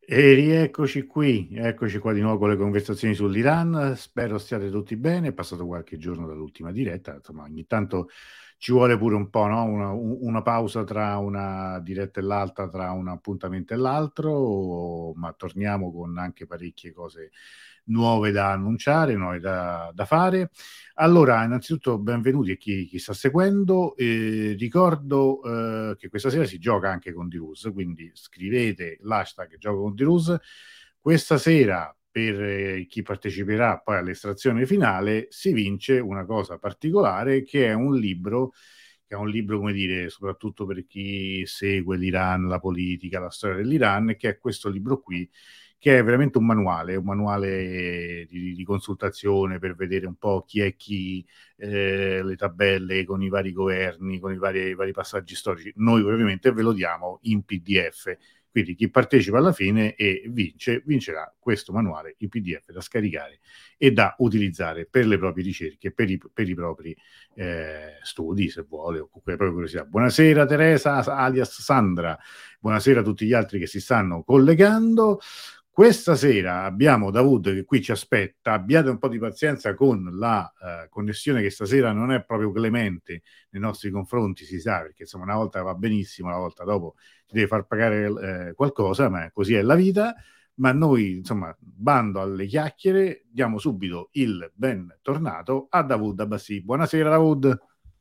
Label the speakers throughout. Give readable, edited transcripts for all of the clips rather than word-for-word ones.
Speaker 1: E eccoci qua di nuovo con le conversazioni sull'Iran. Spero stiate tutti bene. È passato qualche giorno dall'ultima diretta, insomma, ogni tanto ci vuole pure un po', no? Una pausa tra una diretta e l'altra, tra un appuntamento e l'altro, ma torniamo con anche parecchie cose nuove da annunciare, nuove da fare. Allora, innanzitutto benvenuti a chi sta seguendo. Ricordo che questa sera si gioca anche con Dirus, quindi scrivete l'hashtag gioco con Dirus. Questa sera, per chi parteciperà poi all'estrazione finale, si vince una cosa particolare che è un libro, come dire, soprattutto per chi segue l'Iran, la politica, la storia dell'Iran, che è questo libro qui, che è veramente un manuale di consultazione per vedere un po' chi è chi, le tabelle con i vari governi, con vari passaggi storici. Noi ovviamente ve lo diamo in PDF, quindi chi partecipa alla fine e vincerà questo manuale in PDF da scaricare e da utilizzare per le proprie ricerche, per i propri studi, se vuole, o comunque proprio curiosità. Buonasera Teresa, alias Sandra, buonasera a tutti gli altri che si stanno collegando. Questa sera abbiamo Davud che qui ci aspetta, abbiate un po' di pazienza con la connessione che stasera non è proprio clemente nei nostri confronti, si sa, perché insomma una volta va benissimo, una volta dopo ti deve far pagare qualcosa, ma così è la vita. Ma noi, insomma, bando alle chiacchiere, diamo subito il bentornato a Davud Abbassi. Buonasera Davud.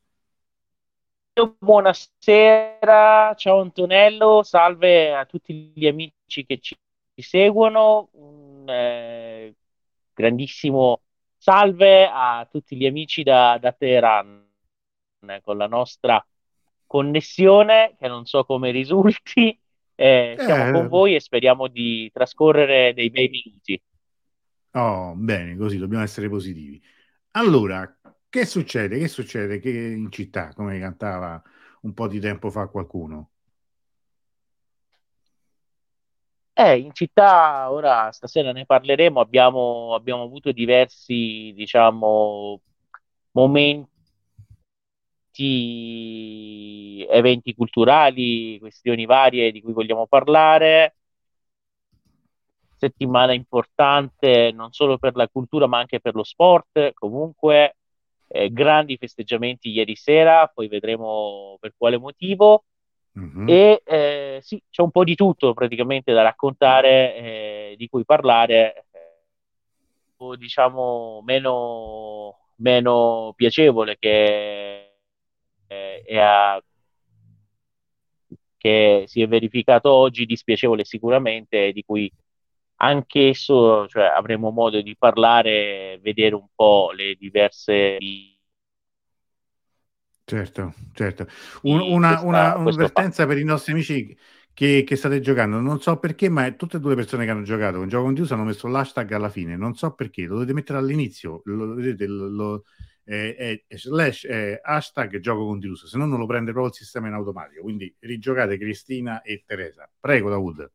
Speaker 2: Buonasera, ciao Antonello, salve a tutti gli amici che ci seguono, un grandissimo salve a tutti gli amici da Teheran con la nostra connessione che non so come risulti, siamo con
Speaker 1: Eh,
Speaker 2: voi e speriamo di trascorrere dei bei minuti.
Speaker 1: oh, bene, così dobbiamo essere positivi. Allora, che succede? Che succede? Che in città, come cantava un po' di tempo fa qualcuno?
Speaker 2: In città, ora stasera ne parleremo, abbiamo avuto diversi, diciamo, momenti, eventi culturali, questioni varie di cui vogliamo parlare. Settimana importante non solo per la cultura ma anche per lo sport. Comunque, grandi festeggiamenti ieri sera, poi vedremo per quale motivo.
Speaker 1: Mhm.
Speaker 2: E sì, c'è un po' di tutto praticamente da raccontare, di cui parlare, o diciamo meno piacevole è che si è verificato oggi, dispiacevole sicuramente, di cui anch'esso, cioè, avremo modo di parlare, vedere un po' le diverse
Speaker 1: Certo, certo.
Speaker 2: di questo fatto.
Speaker 1: Un'avvertenza per i nostri amici che state giocando. Non so perché, ma tutte e due le persone che hanno giocato con Gioco Condiuso hanno messo l'hashtag alla fine. Non so perché, lo dovete mettere all'inizio. Vedete, è slash hashtag Gioco Condiuso, se no non lo prende proprio il sistema in automatico. Quindi rigiocate Cristina e Teresa. Prego, Dawood.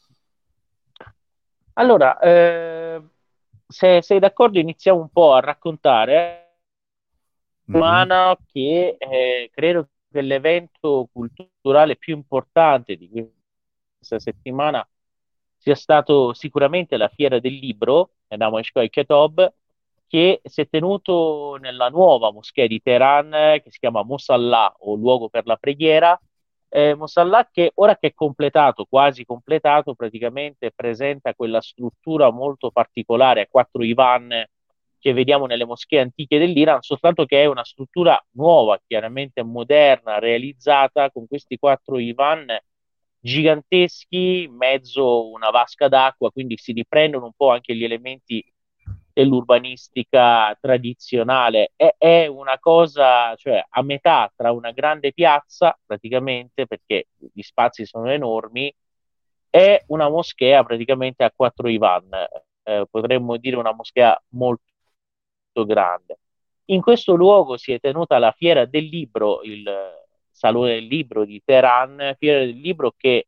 Speaker 2: Allora, se sei d'accordo, iniziamo un po' a raccontare
Speaker 1: Mhm.
Speaker 2: settimana che credo che l'evento culturale più importante di questa settimana sia stato sicuramente la Fiera del Libro, Namaskar Ketob, che si è tenuto nella nuova moschea di Teheran, che si chiama Musalla, o luogo per la preghiera. Musalla che ora che è completato, quasi completato, praticamente presenta quella struttura molto particolare a quattro Ivan che vediamo nelle moschee antiche dell'Iran, soltanto che è una struttura nuova, chiaramente moderna, realizzata con questi quattro Ivan giganteschi, in mezzo una vasca d'acqua, quindi si riprendono un po' anche gli elementi dell'urbanistica tradizionale. È una cosa, cioè, a metà tra una grande piazza, praticamente, perché gli spazi sono enormi, e una moschea praticamente a quattro Ivan. Potremmo dire una moschea molto grande. In questo luogo si è tenuta la Fiera del Libro, il Salone del Libro di Teheran, Fiera del Libro che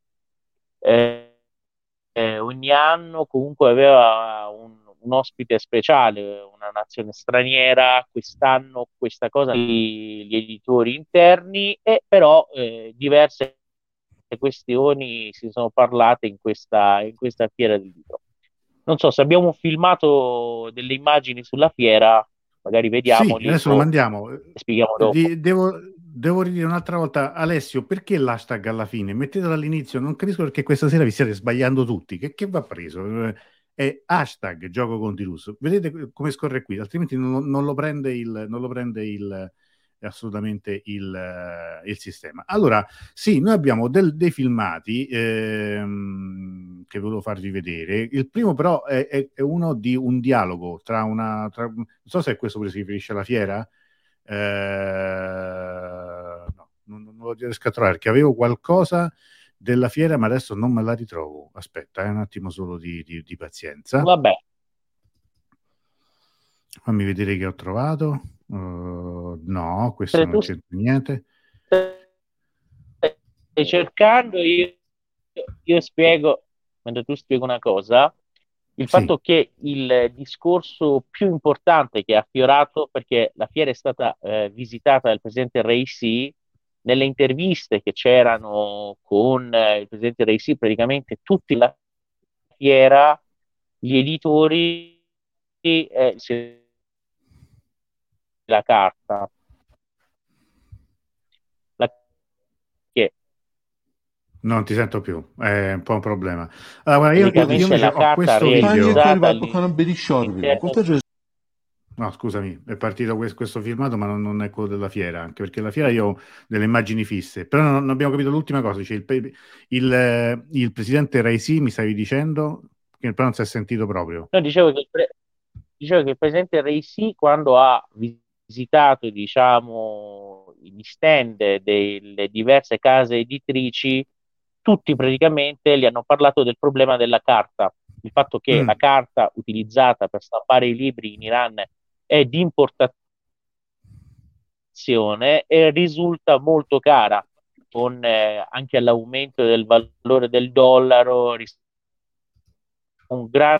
Speaker 2: ogni anno comunque aveva un ospite speciale, una nazione straniera. Quest'anno questa cosa gli editori interni e però diverse questioni si sono parlate in questa fiera del libro. Non so se abbiamo filmato delle immagini sulla fiera, magari
Speaker 1: Sì,
Speaker 2: vediamoli
Speaker 1: adesso lo
Speaker 2: o
Speaker 1: mandiamo.
Speaker 2: le spieghiamo dopo.
Speaker 1: Devo ridire un'altra volta, Alessio, perché l'hashtag alla fine? Mettetelo all'inizio, non capisco perché questa sera vi stiate sbagliando tutti. Che va preso? È hashtag gioco con Tirus. Vedete come scorre qui, altrimenti non lo prende assolutamente il sistema. Allora, sì, noi abbiamo dei filmati che volevo farvi vedere. Il primo però è uno di un dialogo non so se questo pure si riferisce alla fiera. No, non lo riesco a trovare perché avevo qualcosa della fiera, ma adesso non me la ritrovo. Aspetta, un attimo solo di pazienza.
Speaker 2: Vabbè,
Speaker 1: Fammi vedere che ho trovato. No, questo
Speaker 2: mentre
Speaker 1: non
Speaker 2: tu
Speaker 1: c'entra niente.
Speaker 2: stai cercando, io spiego, mentre tu spiego una cosa, il
Speaker 1: Sì.
Speaker 2: fatto che il discorso più importante che ha affiorato, perché la fiera è stata visitata dal presidente Raisi, nelle interviste che c'erano con il presidente Raisi, praticamente tutti la fiera, gli editori, la carta, la, che
Speaker 1: Non ti sento più, è un po' un problema. Allora, guarda, io
Speaker 2: praticamente
Speaker 1: invece
Speaker 2: la
Speaker 1: ho
Speaker 2: carta
Speaker 1: questo
Speaker 3: Panie
Speaker 1: video.
Speaker 2: realizzata
Speaker 3: Kolba, kochana byli siorby.
Speaker 2: all'interno.
Speaker 1: No, scusami, è partito questo filmato, ma non è quello della fiera, anche perché la fiera io ho delle immagini fisse. Però non abbiamo capito l'ultima cosa. Cioè il presidente Raisi, mi stavi dicendo, che però non si è sentito proprio.
Speaker 2: No, dicevo che il presidente Raisi, quando ha visitato, diciamo, gli stand delle diverse case editrici, tutti praticamente gli hanno parlato del problema della carta, il fatto che la
Speaker 1: Mm.
Speaker 2: carta utilizzata per stampare i libri in Iran è di importazione e risulta molto cara, con anche l'aumento del valore del dollaro, un grande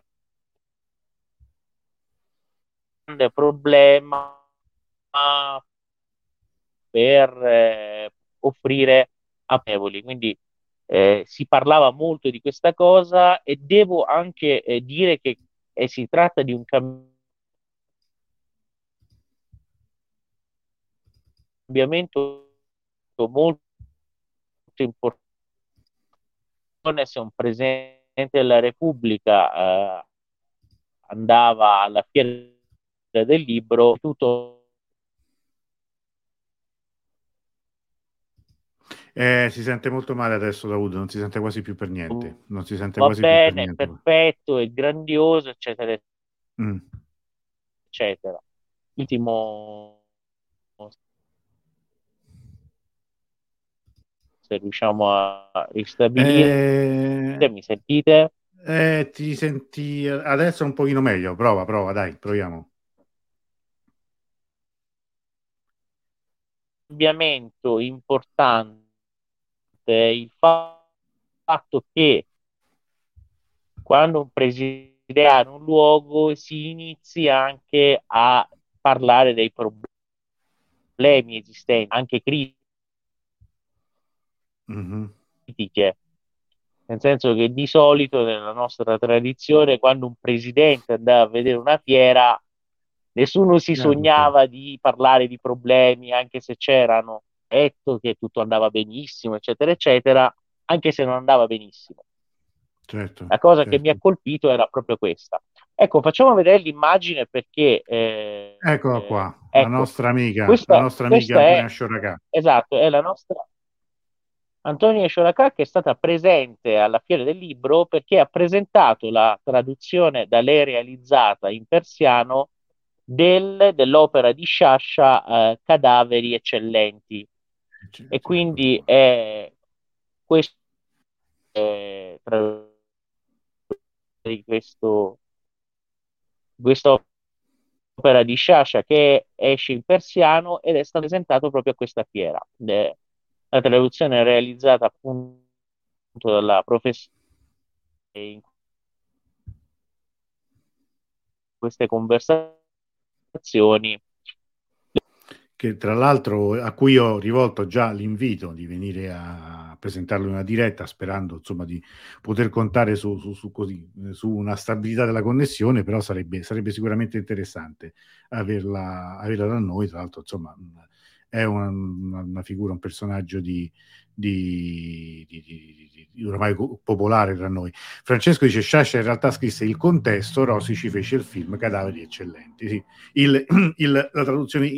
Speaker 2: problema per offrire amichevoli. Quindi si parlava molto di questa cosa e devo anche dire che si tratta di un cambiamento molto importante. Se un presidente della Repubblica andava alla fiera del libro, tutto
Speaker 1: Si sente molto male adesso, Davuto, non si sente quasi più per niente. Non si sente
Speaker 2: va
Speaker 1: quasi più per
Speaker 2: bene, è
Speaker 1: niente.
Speaker 2: perfetto, è grandioso, eccetera,
Speaker 1: Mm.
Speaker 2: eccetera. Ultimo, se riusciamo a ristabilire,
Speaker 1: Eh,
Speaker 2: mi sentite?
Speaker 1: ti senti adesso un pochino meglio. Prova, dai, proviamo.
Speaker 2: Cambiamento importante è il fatto che quando un presidente ha un luogo si inizi anche a parlare dei problemi esistenti, anche
Speaker 1: Mhm.
Speaker 2: critiche, nel senso che di solito nella nostra tradizione, quando un presidente andava a vedere una fiera, nessuno si
Speaker 1: Ok.
Speaker 2: sognava di parlare di problemi, anche se c'erano, detto che tutto andava benissimo, eccetera, eccetera, anche se non andava benissimo.
Speaker 1: Certo,
Speaker 2: La cosa che mi ha
Speaker 1: certo.
Speaker 2: colpito era proprio questa. Ecco, facciamo vedere l'immagine perché,
Speaker 1: Eccola qua,
Speaker 2: ecco,
Speaker 1: la
Speaker 2: questa,
Speaker 1: nostra amica
Speaker 2: questa
Speaker 1: Antonia
Speaker 2: è,
Speaker 1: Scioracà.
Speaker 2: esatto, è la nostra Antonia Scioracà, che è stata presente alla Fiera del Libro perché ha presentato la traduzione da lei realizzata in persiano dell'opera di Sciascia, Cadaveri eccellenti. E
Speaker 1: Ecco
Speaker 2: quindi
Speaker 1: qua.
Speaker 2: questo di questa opera di Sciascia che esce in persiano ed è stato presentato proprio a questa fiera. La traduzione è realizzata appunto dalla professoressa in queste conversazioni.
Speaker 1: Che tra l'altro a cui ho rivolto già l'invito di venire a presentarlo in una diretta, sperando insomma di poter contare su una stabilità della connessione, però sarebbe sicuramente interessante averla da noi. Tra l'altro, insomma, è una figura, un personaggio ormai popolare tra noi. Francesco dice: Sciascia in realtà scrisse il contesto, Rossi ci fece il film Cadaveri eccellenti. Sì. La traduzione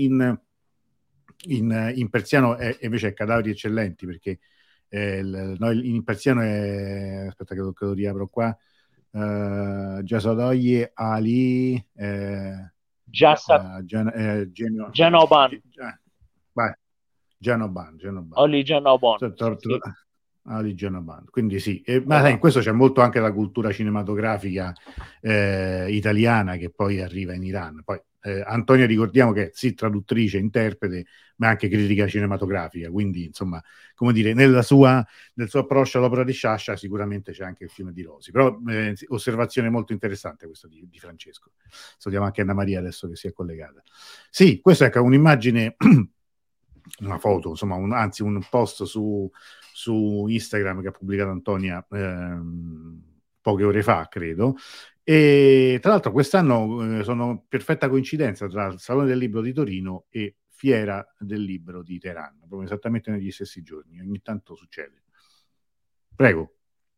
Speaker 1: in persiano è invece Cadaveri eccellenti, perché no, in persiano è, aspetta che lo riapro qua, Jasodoye Ali
Speaker 2: Jasad Janoban,
Speaker 1: vai, Janoban.
Speaker 2: Oli Janoban, sì.
Speaker 1: Ali Janoban. Quindi sì, ma in
Speaker 2: Esatto.
Speaker 1: questo c'è molto anche la cultura cinematografica italiana che poi arriva in Iran. Poi Antonia, ricordiamo che è sì traduttrice, interprete, ma anche critica cinematografica, quindi insomma, come dire, nel suo approccio all'opera di Sciascia sicuramente c'è anche il film di Rosi. Però osservazione molto interessante questa di Francesco. Salutiamo anche Anna Maria adesso che si è collegata. Sì, questa è un'immagine, una foto, insomma, anzi un post su Instagram che ha pubblicato Antonia poche ore fa, credo. E tra l'altro quest'anno sono perfetta coincidenza tra il Salone del Libro di Torino e Fiera del Libro di Teheran, proprio esattamente negli stessi giorni. Ogni tanto succede. Prego.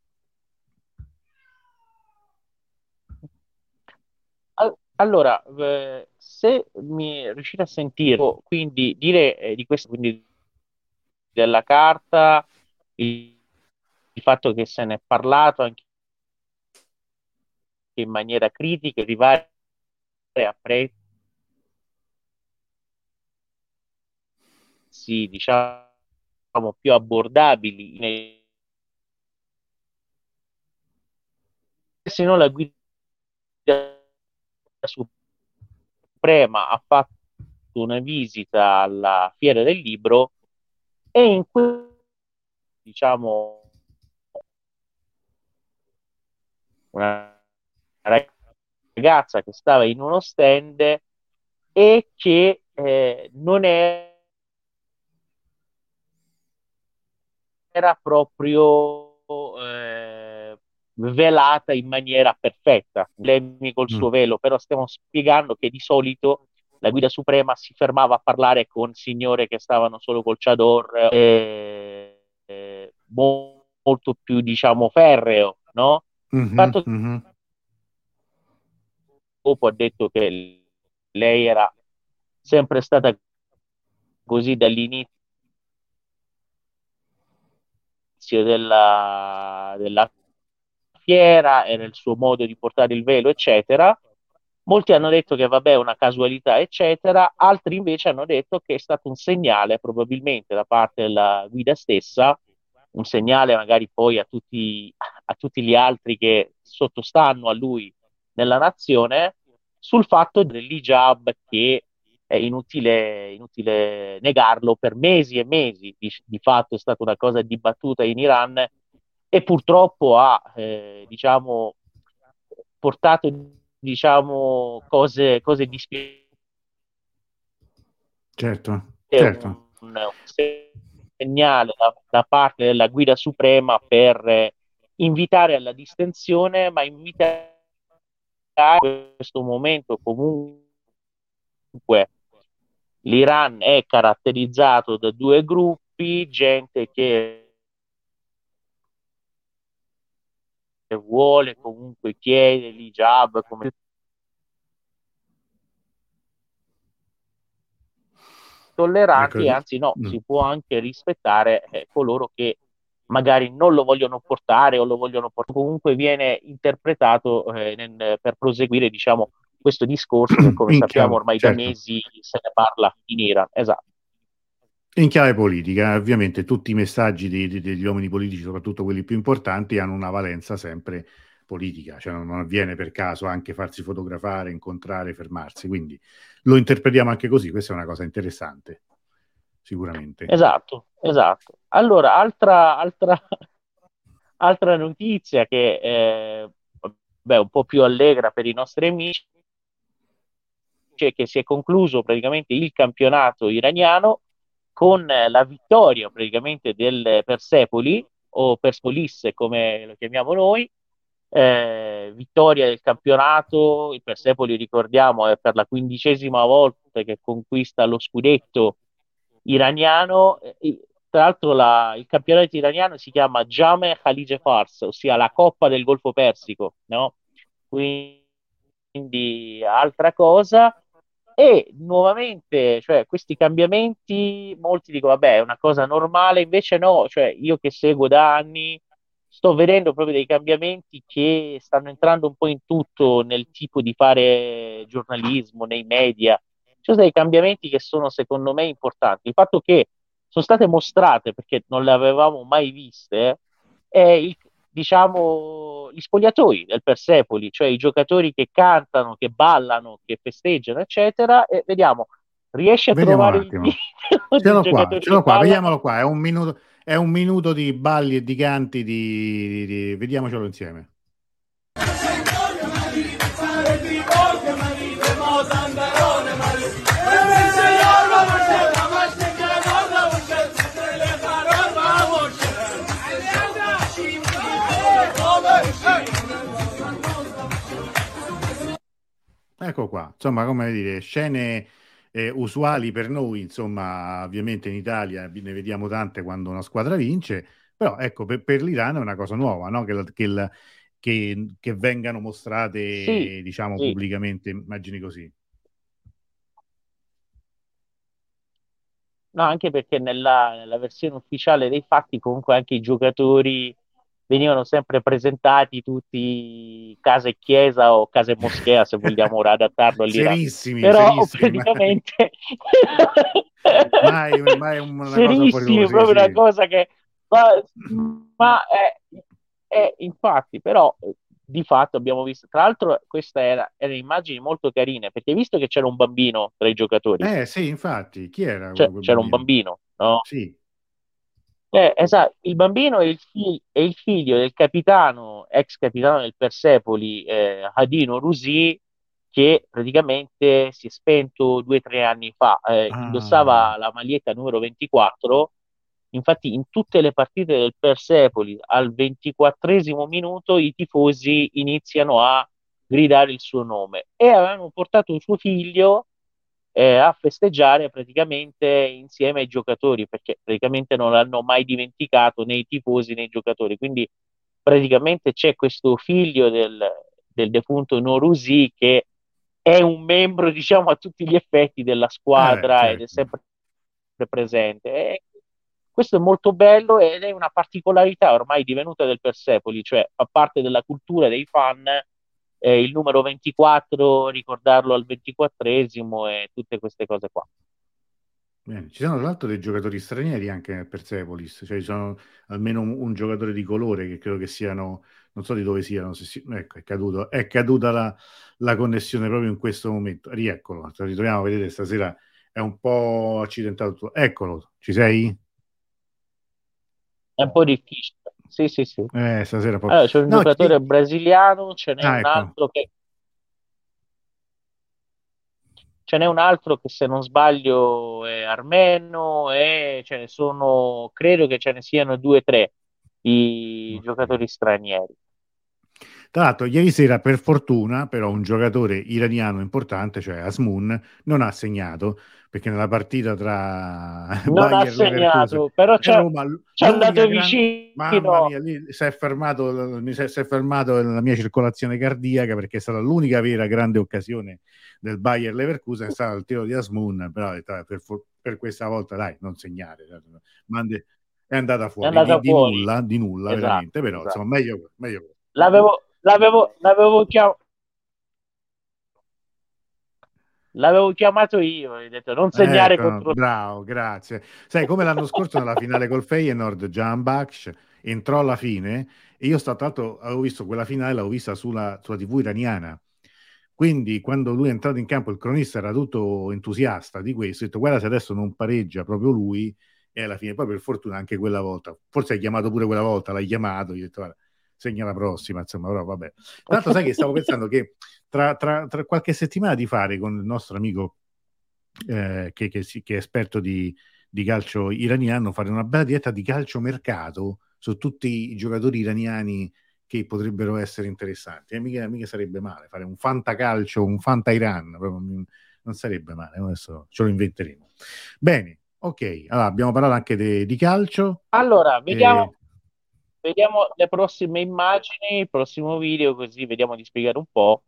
Speaker 2: Allora, se mi riuscite a sentire, quindi dire di questo, quindi della carta, il fatto che se ne è parlato anche in maniera critica, arrivare a prezzi, diciamo, più abbordabili, se no la guida suprema ha fatto una visita alla Fiera del Libro e in cui, diciamo, una ragazza che stava in uno stand e che non era proprio velata in maniera perfetta. Lei col suo velo, però stiamo spiegando che di solito la guida suprema si fermava a parlare con signore che stavano solo col chador, molto più, diciamo, ferreo, no? Il fatto che dopo ha detto che lei era sempre stata così dall'inizio della fiera e nel suo modo di portare il velo, eccetera. Molti hanno detto che vabbè, è una casualità, eccetera, altri invece hanno detto che è stato un segnale, probabilmente da parte della guida stessa, un segnale magari poi a tutti gli altri che sottostanno a lui nella nazione, sul fatto dell'hijab che è inutile negarlo, per mesi e mesi di fatto è stata una cosa dibattuta in Iran e purtroppo ha, diciamo, portato, diciamo, cose dispiacevoli.
Speaker 1: Certo,
Speaker 2: Un,
Speaker 1: certo.
Speaker 2: un segnale da parte della guida suprema per invitare alla distensione, ma invitare in questo momento comunque l'Iran è caratterizzato da due gruppi, gente che vuole comunque chiedere l'hijab come
Speaker 1: Ecco,
Speaker 2: tolleranti, e anzi no, si può anche rispettare coloro che magari non lo vogliono portare o lo vogliono portare, comunque viene interpretato per proseguire, diciamo, questo discorso che come
Speaker 1: in
Speaker 2: sappiamo
Speaker 1: chiave,
Speaker 2: ormai da
Speaker 1: certo.
Speaker 2: mesi se ne parla in Iran. Esatto.
Speaker 1: In chiave politica, ovviamente tutti i messaggi degli uomini politici, soprattutto quelli più importanti, hanno una valenza sempre politica, cioè non avviene per caso anche farsi fotografare, incontrare, fermarsi, quindi lo interpretiamo anche così, questa è una cosa interessante, sicuramente.
Speaker 2: Esatto, esatto. Allora, altra notizia che è un po' più allegra per i nostri amici è che si è concluso praticamente il campionato iraniano con la vittoria praticamente del Persepoli, o Persepolis come lo chiamiamo noi, vittoria del campionato. Il Persepoli, ricordiamo, è per la 15ª volta che conquista lo scudetto iraniano. Tra l'altro il campionato iraniano si chiama Jame Khalije Fars, ossia la Coppa del Golfo Persico, no? Quindi altra cosa. E nuovamente, cioè, questi cambiamenti, molti dicono, vabbè, è una cosa normale, invece no, cioè, io che seguo da anni, sto vedendo proprio dei cambiamenti che stanno entrando un po' in tutto nel tipo di fare giornalismo, nei media. Ci sono dei cambiamenti che sono secondo me importanti. Il fatto che sono state mostrate, perché non le avevamo mai viste, è diciamo, gli spogliatoi del Persepoli, cioè i giocatori che cantano, che ballano, che festeggiano, eccetera, e vediamo, riesci a
Speaker 1: Vediamo un
Speaker 2: trovare il
Speaker 1: attimo.
Speaker 2: video dei giocatori
Speaker 1: Ce
Speaker 2: che
Speaker 1: l'ho qua,
Speaker 2: ballano?
Speaker 1: vediamolo qua. È un minuto di balli e di canti vediamocelo insieme. Ecco qua, insomma, come dire, scene usuali per noi, insomma, ovviamente in Italia ne vediamo tante quando una squadra vince, però ecco, per l'Iran è una cosa nuova, no? Che vengano
Speaker 2: Sì,
Speaker 1: mostrate, diciamo,
Speaker 2: sì.
Speaker 1: pubblicamente immagini così.
Speaker 2: No, anche perché nella versione ufficiale dei fatti comunque anche i giocatori venivano sempre presentati tutti casa e chiesa o casa e moschea, se vogliamo ora adattarlo all'Iran.
Speaker 1: Serissimi,
Speaker 2: Però
Speaker 1: serissimi,
Speaker 2: praticamente
Speaker 1: mai una cosa fuori luogo,
Speaker 2: serissimi,
Speaker 1: sì,
Speaker 2: proprio una
Speaker 1: sì.
Speaker 2: cosa che ma, ma infatti, però di fatto abbiamo visto, tra l'altro queste erano immagini molto carine, perché visto che c'era un bambino tra i giocatori,
Speaker 1: Sì, infatti, chi era
Speaker 2: cioè
Speaker 1: quel
Speaker 2: c'era un
Speaker 1: bambino?
Speaker 2: bambino, no?
Speaker 1: Sì.
Speaker 2: Esatto, il bambino è il figlio del capitano, ex capitano del Persepoli, Hadino Rusi, che praticamente si è spento 2 o 3 anni fa.
Speaker 1: Ah,
Speaker 2: Indossava la maglietta numero 24, infatti in tutte le partite del Persepoli al 24esimo minuto i tifosi iniziano a gridare il suo nome e avevano portato suo figlio a festeggiare praticamente insieme ai giocatori, perché praticamente non l'hanno mai dimenticato né i tifosi né i giocatori. Quindi praticamente c'è questo figlio del defunto Norusi che è un membro, diciamo, a tutti gli effetti della squadra ed è
Speaker 1: certo.
Speaker 2: sempre presente. E questo è molto bello ed è una particolarità ormai divenuta del Persepoli, cioè fa parte della cultura dei fan, il numero 24, ricordarlo al 24esimo e tutte queste cose qua.
Speaker 1: Bene. Ci sono tra l'altro dei giocatori stranieri anche nel Persepolis, cioè ci sono almeno un giocatore di colore che credo che siano, non so di dove siano, ecco, è caduta la connessione proprio in questo momento. Rieccolo, ci ritroviamo, vedete, stasera è un po' accidentato tutto. Eccolo, ci sei?
Speaker 2: È un po' difficile. Sì, sì, sì.
Speaker 1: Stasera un po'.
Speaker 2: Allora, c'è un
Speaker 1: No,
Speaker 2: giocatore brasiliano,
Speaker 1: ecco.
Speaker 2: ce n'è un altro che se non sbaglio è armeno e ce ne sono, credo che ce ne siano 2 o 3 di
Speaker 1: Ok.
Speaker 2: giocatori stranieri.
Speaker 1: Tra l'altro, ieri sera, per fortuna, però, un giocatore iraniano importante, cioè Asmun, non ha segnato perché nella partita tra
Speaker 2: Non ha
Speaker 1: Bayer Leverkusen
Speaker 2: segnato, però
Speaker 1: e Roma,
Speaker 2: ci è
Speaker 1: l'unica
Speaker 2: andato
Speaker 1: grande. Mamma
Speaker 2: vicino.
Speaker 1: mia, lì si è fermato la mia circolazione cardiaca perché è stata l'unica vera grande occasione del Bayer Leverkusen, è stato il tiro di Asmun, però ho detto, per questa volta dai, non segnare, mandi- è andata
Speaker 2: È
Speaker 1: fuori
Speaker 2: andata fuori.
Speaker 1: di nulla
Speaker 2: Esatto,
Speaker 1: veramente, però insomma
Speaker 2: esatto.
Speaker 1: meglio.
Speaker 2: L'avevo l'avevo chiamato io, ho detto non segnare
Speaker 1: Ecco,
Speaker 2: contro.
Speaker 1: bravo, grazie. Sai, come l'anno scorso nella finale col Feyenoord, Jan Baksh entrò alla fine e io tra l'altro avevo visto quella finale, l'avevo vista sulla TV iraniana. Quindi quando lui è entrato in campo, il cronista era tutto entusiasta di questo, ha detto guarda se adesso non pareggia proprio lui e alla fine poi per fortuna anche quella volta, forse hai chiamato pure quella volta, l'hai chiamato, gli ho detto guarda, segna la prossima, insomma, però vabbè. Tra l'altro sai che stavo pensando che tra qualche settimana di fare con il nostro amico che è esperto di calcio iraniano, fare una bella diretta di calcio mercato su tutti i giocatori iraniani che potrebbero essere interessanti. E mica sarebbe male fare un fantacalcio, un fanta Iran, non sarebbe male, adesso ce lo inventeremo. Bene, ok, allora abbiamo parlato anche di calcio.
Speaker 2: Allora,
Speaker 1: Eh,
Speaker 2: vediamo le prossime immagini, il prossimo video, così vediamo di spiegare un po'.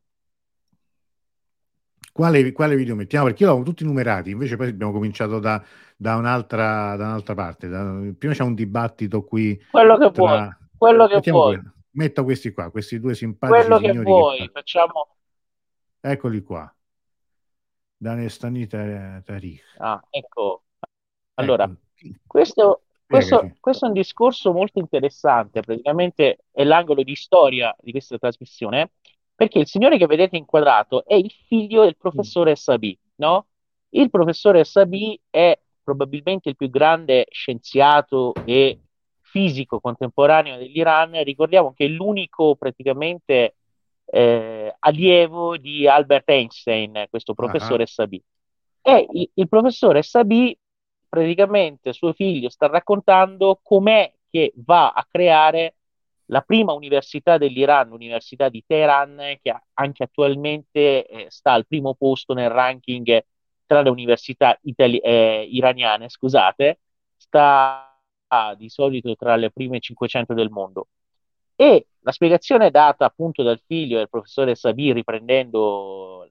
Speaker 1: quale video mettiamo? Perché io l'avevo tutti numerati, invece poi abbiamo cominciato da un'altra parte. Prima c'è un dibattito qui
Speaker 2: Quello che vuoi,
Speaker 1: tra...
Speaker 2: quello che
Speaker 1: Mettiamo
Speaker 2: vuoi,
Speaker 1: quello. Metto questi qua, questi due simpatici
Speaker 2: quello che
Speaker 1: signori che
Speaker 2: vuoi, facciamo...
Speaker 1: Eccoli qua. Danestani Tariq.
Speaker 2: Ah, ecco. Allora,
Speaker 1: Ecco, spiegaci.
Speaker 2: questo è un discorso molto interessante, praticamente è l'angolo di storia di questa trasmissione, perché il signore che vedete inquadrato è il figlio del
Speaker 1: Mm.
Speaker 2: professore Sabi, no? Il professore Sabi è probabilmente il più grande scienziato e fisico contemporaneo dell'Iran. Ricordiamo che è l'unico praticamente allievo di Albert Einstein, questo
Speaker 1: Ah, ah.
Speaker 2: professore Sabi. E il professore Sabi, praticamente suo figlio, sta raccontando com'è che va a creare la prima università dell'Iran, l'Università di Teheran, che anche attualmente sta al primo posto nel ranking tra le università iraniane, scusate, sta di solito tra le prime 500 del mondo. E la spiegazione data appunto dal figlio del professore Sabi, riprendendo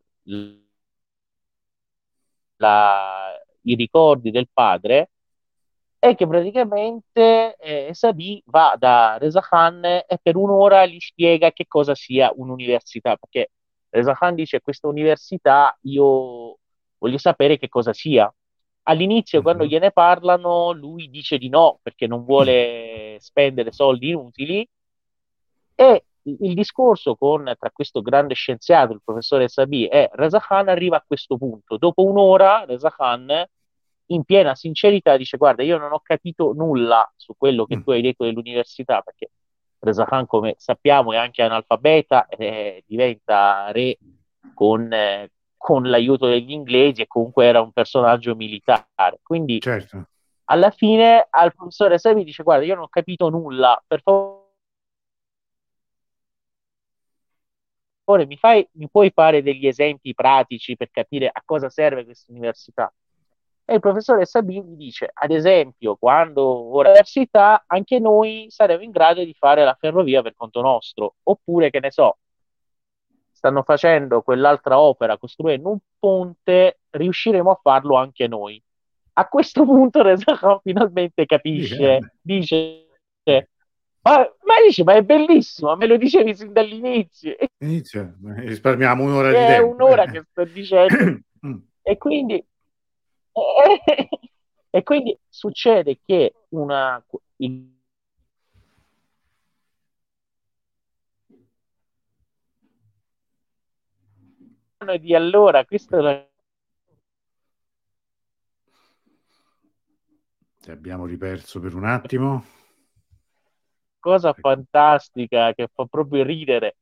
Speaker 2: i ricordi del padre, è che praticamente Sabi va da Reza Khan e per un'ora gli spiega che cosa sia un'università, perché Reza Khan dice questa università io voglio sapere che cosa sia. All'inizio, quando
Speaker 1: Mhm.
Speaker 2: gliene parlano, lui dice di no perché non vuole spendere soldi inutili e il discorso tra questo grande scienziato, il professore Sabi, e Reza Khan arriva a questo punto. Dopo un'ora, Reza Khan, in piena sincerità, dice: Guarda, io non ho capito nulla su quello che
Speaker 1: Mm.
Speaker 2: tu hai detto dell'università, perché Reza Khan, come sappiamo, è anche analfabeta e diventa re con l'aiuto degli inglesi e comunque era un personaggio militare. Quindi
Speaker 1: Certo.
Speaker 2: alla fine al professore Sabi dice: Guarda, io non ho capito nulla, per favore mi puoi fare degli esempi pratici per capire a cosa serve questa università? E il professore Sabini dice, ad esempio, quando ora all'università, anche noi saremo in grado di fare la ferrovia per conto nostro, oppure, che ne so, stanno facendo quell'altra opera, costruendo un ponte, riusciremo a farlo anche noi. A questo punto Reza Khan finalmente
Speaker 1: Dice,
Speaker 2: capisce,
Speaker 1: beh,
Speaker 2: dice,
Speaker 1: eh,
Speaker 2: ma è bellissimo, me lo dicevi sin dall'inizio.
Speaker 1: inizia, risparmiamo un'ora di
Speaker 2: È
Speaker 1: tempo.
Speaker 2: un'ora che sto dicendo.
Speaker 1: Mm.
Speaker 2: E quindi, e quindi succede che il anno di allora, questa è una
Speaker 1: Ti abbiamo riperso per un attimo.
Speaker 2: cosa
Speaker 1: Ecco.
Speaker 2: fantastica che fa proprio ridere.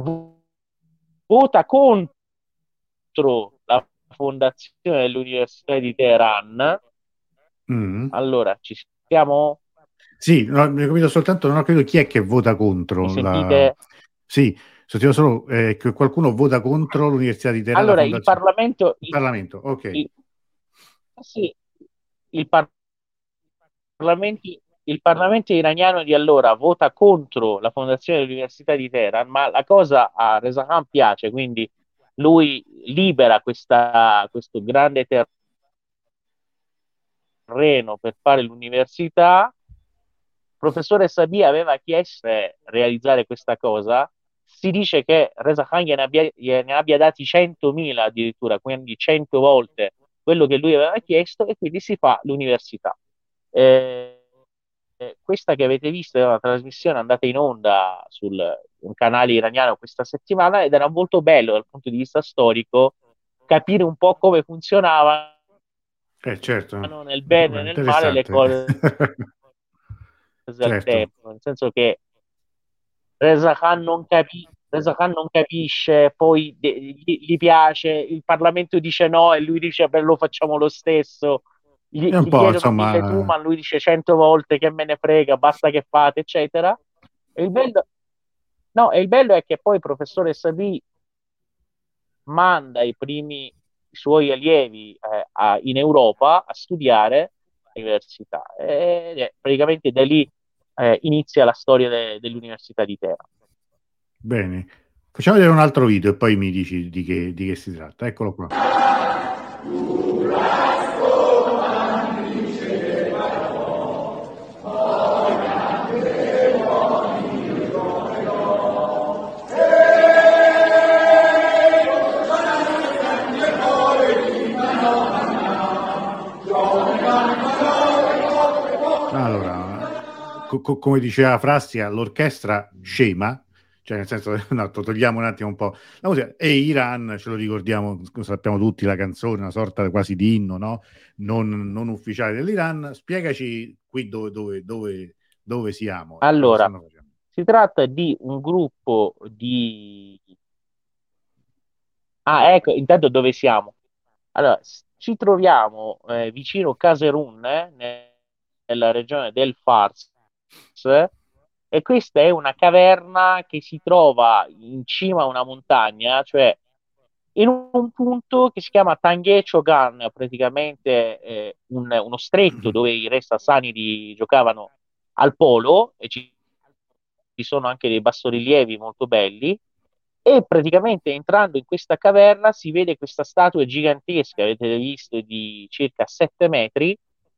Speaker 2: Vota contro la fondazione dell'Università di Teheran.
Speaker 1: Mm.
Speaker 2: Allora, ci siamo?
Speaker 1: Sì, no, mi ho capito soltanto, non ho capito chi è che vota
Speaker 2: Mi
Speaker 1: contro la...
Speaker 2: sentite?
Speaker 1: Sì, sentivo solo che qualcuno vota contro l'Università di Teheran, la
Speaker 2: Allora, il
Speaker 1: fondazione.
Speaker 2: Parlamento,
Speaker 1: Il Parlamento, ok.
Speaker 2: il- sì, il il Parlamento iraniano di allora vota contro la fondazione dell'Università di Teheran, ma la cosa a Reza Khan piace, quindi lui libera questo grande terreno per fare l'università. Il professore Sabi aveva chiesto di realizzare questa cosa. Si dice che Reza Khan gliene abbia dati 100.000 addirittura, quindi 100 volte quello che lui aveva chiesto, e quindi si fa l'università. Eh, Questa che avete visto è una trasmissione andata in onda sul un canale iraniano questa settimana ed era molto bello dal punto di vista storico capire un po' come funzionavano
Speaker 1: Certo,
Speaker 2: nel bene e nel male le
Speaker 1: interessante.
Speaker 2: cose al
Speaker 1: Certo,
Speaker 2: tempo, nel senso che Reza Khan non capisce, poi gli piace, il Parlamento dice no e lui dice beh, lo facciamo lo stesso.
Speaker 1: È un
Speaker 2: gli
Speaker 1: po',
Speaker 2: chiedono 1000
Speaker 1: insomma,
Speaker 2: Tuman, lui dice 100 volte che me ne frega, basta che fate, eccetera. E il bello, no, e il bello è che poi il professore Sadì manda i primi suoi allievi in Europa a studiare all'università. Ed è praticamente da lì inizia la storia dell'Università di Teramo.
Speaker 1: bene. Facciamo vedere un altro video e poi mi dici di che si tratta. Eccolo qua. Allora, come diceva Frassia, l'orchestra scema, cioè nel senso, no, togliamo un attimo un po' la musica, e Iran, ce lo ricordiamo, lo sappiamo tutti, la canzone, una sorta quasi di inno, no? Non ufficiale dell'Iran. Spiegaci qui dove siamo e cosa
Speaker 2: Allora,
Speaker 1: stanno facendo.
Speaker 2: si tratta di un gruppo di... Ah, ecco, intanto dove siamo? Allora, ci troviamo vicino Caserun, nella regione del Fars, e questa è una caverna che si trova in cima a una montagna, cioè in un punto che si chiama Tangye Chogan, praticamente uno stretto dove i re sassanidi giocavano al polo, e ci sono anche dei bassorilievi molto belli. E praticamente entrando in questa caverna si vede questa statua gigantesca, avete visto, di circa 7 metri,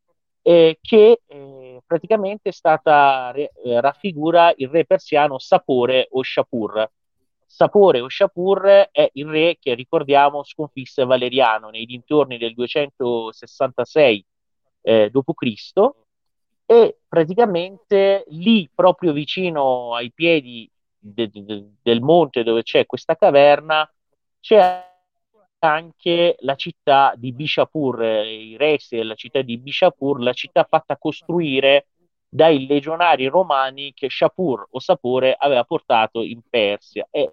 Speaker 2: che praticamente è stata, raffigura il re persiano Sapore o Shapur. Sapore o Shapur è il re che, ricordiamo, sconfisse Valeriano nei dintorni del 266 d.C. E praticamente lì, proprio vicino ai piedi del monte dove c'è questa caverna, c'è anche la città di Bishapur, i resti della città di Bishapur, la città fatta costruire dai legionari romani che Shapur o Sapore aveva portato in Persia. E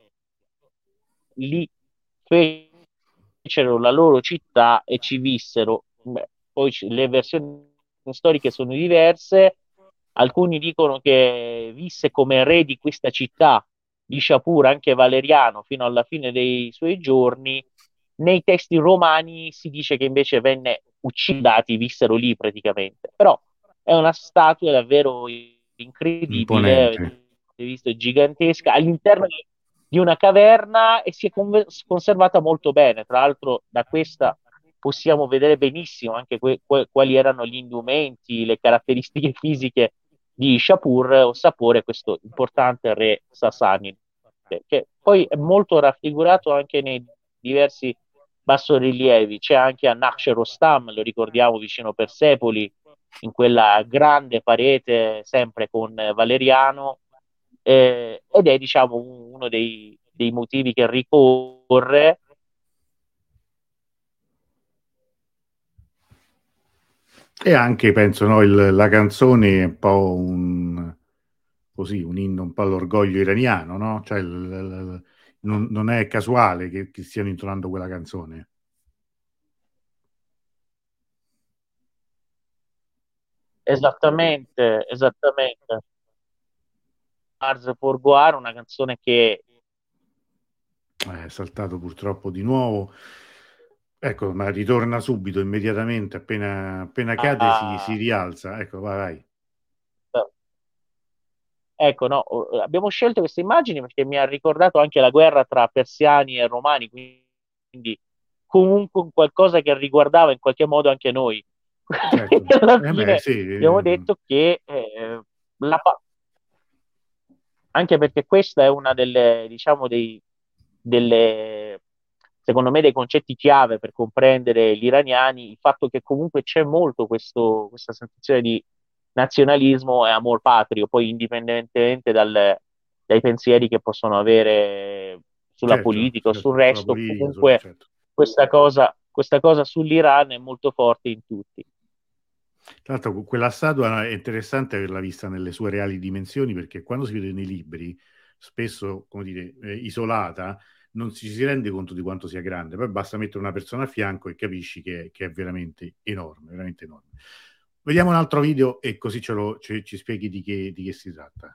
Speaker 2: lì fecero la loro città e ci vissero. Beh, poi le versioni storiche sono diverse. Alcuni dicono che visse come re di questa città di Shapur anche Valeriano fino alla fine dei suoi giorni. Nei testi romani si dice che invece venne uccidati, vissero lì praticamente. Però è una statua davvero incredibile,
Speaker 1: Imponente.
Speaker 2: avete visto, è gigantesca, all'interno di una caverna, e si è conservata molto bene. Tra l'altro, da questa possiamo vedere benissimo anche quali erano gli indumenti, le caratteristiche fisiche di Shapur o Sapore, questo importante re Sassanide, che poi è molto raffigurato anche nei diversi bassorilievi. C'è anche a Naxxerostam, lo ricordiamo, vicino Persepoli, in quella grande parete sempre con Valeriano, ed è, diciamo, uno dei motivi che ricorre.
Speaker 1: E anche, penso, no, la canzone è un po' così, un inno un po' all'orgoglio iraniano, no? Cioè, non è casuale che stiano intonando quella canzone.
Speaker 2: Esattamente, esattamente. Mars Pourgoire, una canzone che
Speaker 1: È saltato purtroppo di nuovo. Ecco, ma ritorna subito, immediatamente, appena cade si
Speaker 2: ha,
Speaker 1: rialza. Ecco, vai, vai.
Speaker 2: ecco, no, abbiamo scelto queste immagini perché mi ha ricordato anche la guerra tra persiani e romani, quindi comunque qualcosa che riguardava in qualche modo anche noi.
Speaker 1: Certo.
Speaker 2: Alla
Speaker 1: Beh,
Speaker 2: fine
Speaker 1: sì,
Speaker 2: abbiamo detto che la, pa- anche perché questa è una delle, diciamo, delle, secondo me, dei concetti chiave per comprendere gli iraniani, il fatto che comunque c'è molto questa sensazione di nazionalismo e amor patrio, poi indipendentemente dai pensieri che possono avere sulla
Speaker 1: certo,
Speaker 2: politica o sul
Speaker 1: certo, sulla
Speaker 2: resto,
Speaker 1: politica,
Speaker 2: comunque
Speaker 1: certo.
Speaker 2: questa cosa sull'Iran è molto forte in tutti.
Speaker 1: Tra l'altro, quella statua è interessante averla vista nelle sue reali dimensioni, perché quando si vede nei libri, spesso, come dire, isolata, non si rende conto di quanto sia grande. Poi basta mettere una persona a fianco e capisci che è veramente enorme, veramente enorme. Vediamo un altro video e così ci spieghi di che si tratta.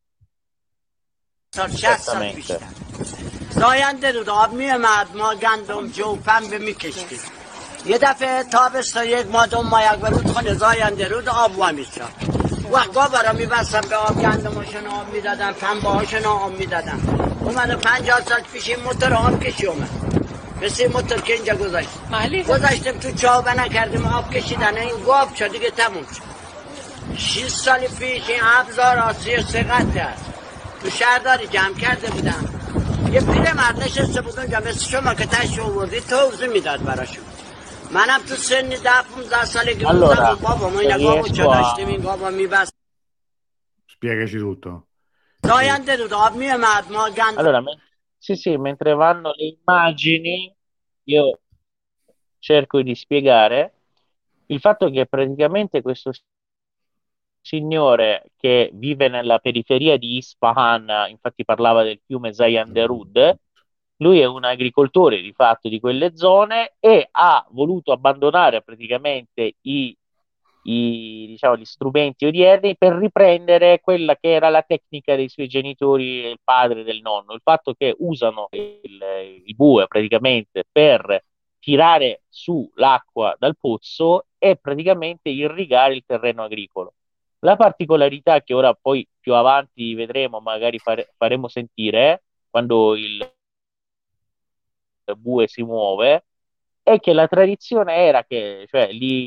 Speaker 3: سال 60 سال
Speaker 2: Certamente.
Speaker 3: بیشتر زاینده رود آب میومد ما گندم جو پنبه میکشتیم یه دفعه تابستا یک مادم مایک به رودخانه زاینده رود آب وامیسا وقت گابرا میبستم به آب گندماشون آب میدادم پنبه هاشون آب میدادم اومده 50 سال پیش این موتور آب کشی اومد مثل این موتور که اینجا گذاشتیم تو چاوبه نکردیم آب کشیدن این گاب شد دیگه تموم شد 6 سال پیش این ابزار آسیه سقط هست تو شهرداری جمع کرده بودم یه پیرمرد نشسته بود اونجا مثل شما که تشت آوردی توضیح میداد براشون منم تو سنی 10-15 سالگی بودم بابا ما اینا گابو چه داشتیم این گابا میبست
Speaker 1: Spiegaci tutto.
Speaker 3: زاینده رود آب میومد ما گند
Speaker 2: Allora, sì, mentre vanno le immagini, io cerco di spiegare il fatto che praticamente questo signore che vive nella periferia di Isfahan, infatti parlava del fiume Zayanderud, lui è un agricoltore di fatto di quelle zone e ha voluto abbandonare praticamente diciamo, gli strumenti odierni per riprendere quella che era la tecnica dei suoi genitori, il padre del nonno, il fatto che usano il bue praticamente per tirare su l'acqua dal pozzo e praticamente irrigare il terreno agricolo. La particolarità che ora poi più avanti vedremo, magari faremo sentire, quando il bue si muove, è che la tradizione era che, cioè,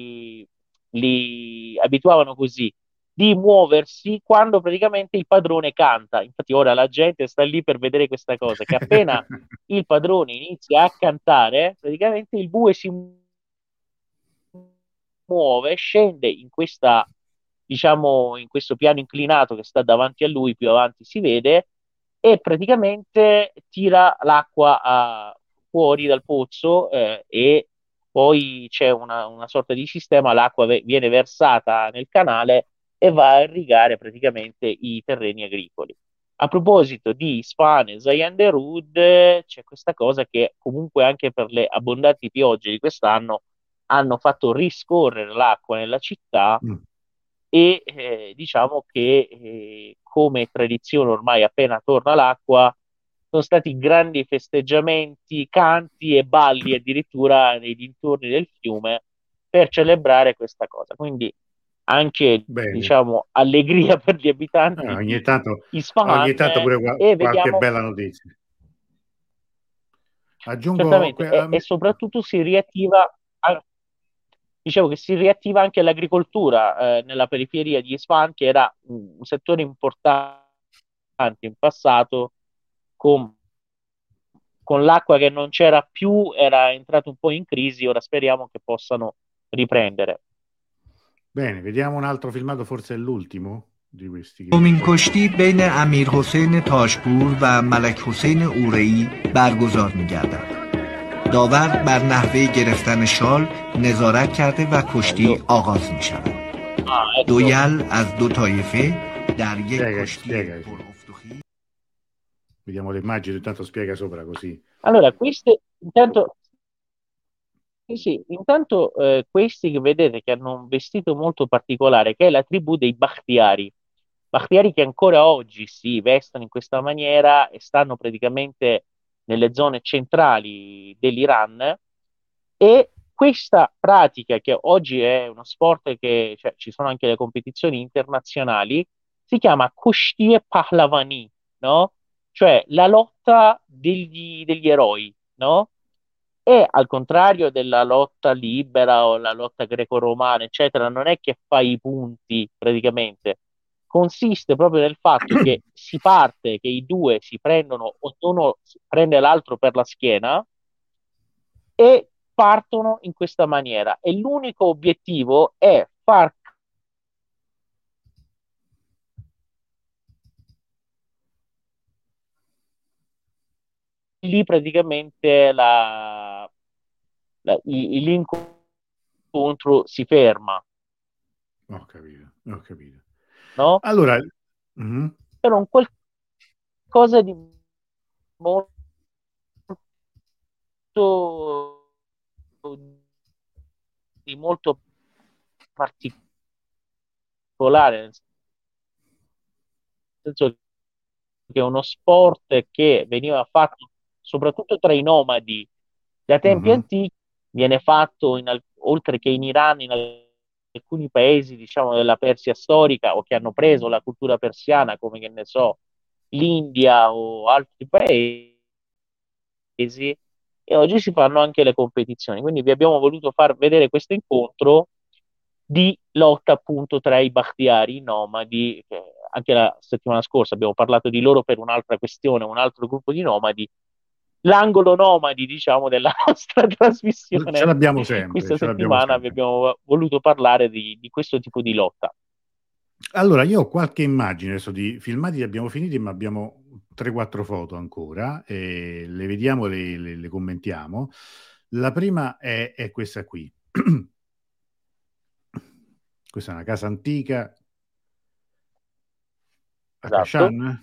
Speaker 2: li abituavano così, di muoversi quando praticamente il padrone canta. Infatti ora la gente sta lì per vedere questa cosa, che appena il padrone inizia a cantare, praticamente il bue si muove, scende in questa, diciamo, in questo piano inclinato che sta davanti a lui, più avanti si vede, e praticamente tira l'acqua fuori dal pozzo e poi c'è una sorta di sistema, l'acqua viene versata nel canale e va a irrigare praticamente i terreni agricoli. A proposito di Isfahan e Zayanderud, c'è questa cosa che comunque anche per le abbondanti piogge di quest'anno hanno fatto riscorrere l'acqua nella città
Speaker 1: Mm.
Speaker 2: e diciamo che come tradizione ormai appena torna l'acqua sono stati grandi festeggiamenti, canti e balli addirittura nei dintorni del fiume per celebrare questa cosa. Quindi anche
Speaker 1: Bene.
Speaker 2: diciamo allegria per gli abitanti di Isfahan
Speaker 1: Ogni tanto pure
Speaker 2: e
Speaker 1: qualche
Speaker 2: vediamo
Speaker 1: bella notizia. Aggiungo,
Speaker 2: certamente e soprattutto si riattiva dicevo che si riattiva anche l'agricoltura nella periferia di Isfahan, che era un settore importante in passato, con, con l'acqua che non c'era più, era entrato un po' in crisi, ora speriamo che possano riprendere.
Speaker 1: bene, vediamo un altro filmato, forse è l'ultimo di questi.
Speaker 4: دومین کشتی بین امیر حسین تاشپور و ملک حسین اورئی برگزار می‌گردد. داور بر نحوه گرفتن شال نظارت کرده و کشتی آغاز می‌شود. دو یل از دو طایفه در یک کشتی پرافت و خیز.
Speaker 1: Vediamo le immagini, intanto spiega sopra così.
Speaker 2: Allora, queste intanto sì, intanto questi che vedete che hanno un vestito molto particolare, che è la tribù dei Bakhtiari. Bakhtiari che ancora oggi si vestono in questa maniera e stanno praticamente nelle zone centrali dell'Iran e questa pratica che oggi è uno sport che cioè, ci sono anche le competizioni internazionali, si chiama Kushti Pahlavani, no? Cioè la lotta degli eroi, no? E al contrario della lotta libera o la lotta greco-romana, eccetera, non è che fai i punti praticamente, consiste proprio nel fatto che si parte, che i due si prendono, ognuno prende l'altro per la schiena e partono in questa maniera. E l'unico obiettivo è far lì praticamente l'incontro si ferma,
Speaker 1: Ho capito, ho capito.
Speaker 2: no?
Speaker 1: Allora,
Speaker 2: Però un qualcosa di molto di molto particolare, nel senso che è uno sport che veniva fatto soprattutto tra i nomadi da tempi
Speaker 1: Mhm.
Speaker 2: antichi, viene fatto oltre che in Iran, in alcuni paesi, diciamo, della Persia storica o che hanno preso la cultura persiana, come che ne so, l'India o altri paesi, e oggi si fanno anche le competizioni. Quindi vi abbiamo voluto far vedere questo incontro di lotta appunto tra i Bakhtiari, i nomadi, che anche la settimana scorsa abbiamo parlato di loro per un'altra questione, un altro gruppo di nomadi, l'angolo nomadi, diciamo, della nostra
Speaker 1: Ce
Speaker 2: trasmissione.
Speaker 1: l'abbiamo sempre,
Speaker 2: Questa
Speaker 1: ce l'abbiamo
Speaker 2: settimana vi
Speaker 1: sempre.
Speaker 2: abbiamo voluto parlare di questo tipo di lotta.
Speaker 1: Allora, io ho qualche immagine adesso di filmati, li abbiamo finiti, ma abbiamo 3-4 foto ancora, e le vediamo, le commentiamo. La prima è questa qui. Questa è una casa antica a
Speaker 2: Esatto.
Speaker 1: Kashan.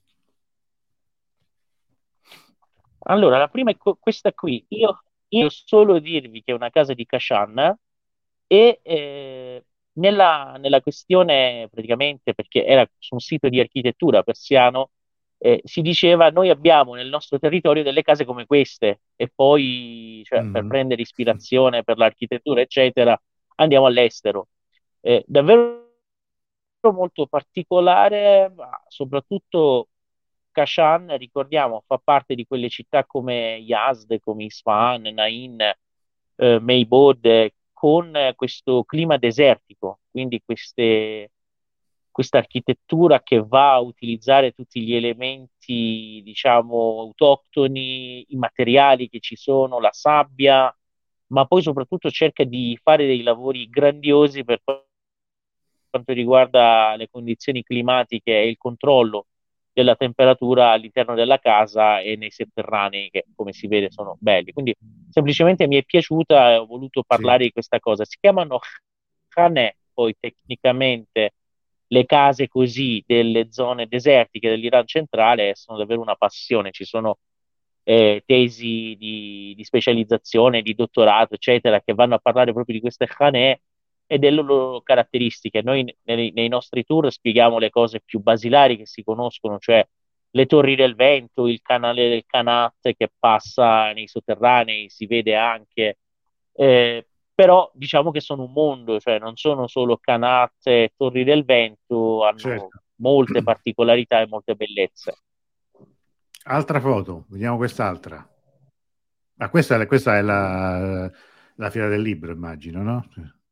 Speaker 2: Allora, la prima è questa qui. Io solo dirvi che è una casa di Kashan e nella questione, praticamente, perché era su un sito di architettura persiano, si diceva noi abbiamo nel nostro territorio delle case come queste e poi, cioè, per
Speaker 1: Mhm.
Speaker 2: prendere ispirazione per l'architettura, eccetera, andiamo all'estero. Davvero molto particolare, ma soprattutto Kashan, ricordiamo, fa parte di quelle città come Yazd, come Isfahan, Nain, Meibod, con questo clima desertico, quindi questa architettura che va a utilizzare tutti gli elementi, diciamo, autoctoni, i materiali che ci sono, la sabbia, ma poi soprattutto cerca di fare dei lavori grandiosi per quanto riguarda le condizioni climatiche e il controllo della temperatura all'interno della casa e nei sotterranei, che come si vede sono belli. Quindi semplicemente mi è piaciuta e ho voluto
Speaker 1: Sì.
Speaker 2: parlare di questa cosa. Si chiamano Khanè, poi tecnicamente le case così delle zone desertiche dell'Iran centrale sono davvero una passione. Ci sono tesi di specializzazione, di dottorato, eccetera, che vanno a parlare proprio di queste Khanè e delle loro caratteristiche. Noi nei nostri tour spieghiamo le cose più basilari che si conoscono, cioè le torri del vento, il canale del Kanat che passa nei sotterranei, si vede anche, però diciamo che sono un mondo, cioè non sono solo Kanat e torri del vento, hanno
Speaker 1: Certo.
Speaker 2: molte particolarità e molte bellezze.
Speaker 1: Altra foto, vediamo quest'altra. Ah, questa è la Fiera del Libro, immagino, no?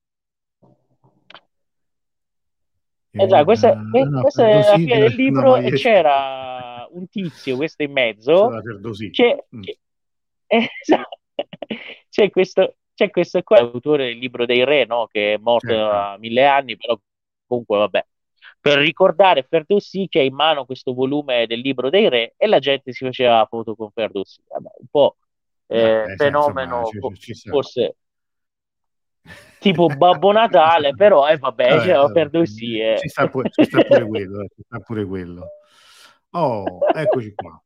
Speaker 2: Esatto,
Speaker 1: No,
Speaker 2: questa è la
Speaker 1: Ferdowsi,
Speaker 2: fine del
Speaker 1: no, no,
Speaker 2: libro e c'era un tizio, questo in mezzo,
Speaker 1: la Ferdowsi.
Speaker 2: c'è, che- esatto, c'è questo qua, l'autore del libro dei re, no? Che è morto
Speaker 1: Certo.
Speaker 2: da 1000 anni, però comunque vabbè, per ricordare Ferdowsi che ha in mano questo volume del libro dei re e la gente si faceva foto con Ferdowsi. Vabbè, un po'
Speaker 1: Insomma,
Speaker 2: fenomeno,
Speaker 1: ci sta.
Speaker 2: forse tipo Babbo Natale, però vabbè, c'era
Speaker 1: Vabbè,
Speaker 2: Ferdowsi.
Speaker 1: ci sta pure quello, ci sta pure quello. Oh, eccoci qua.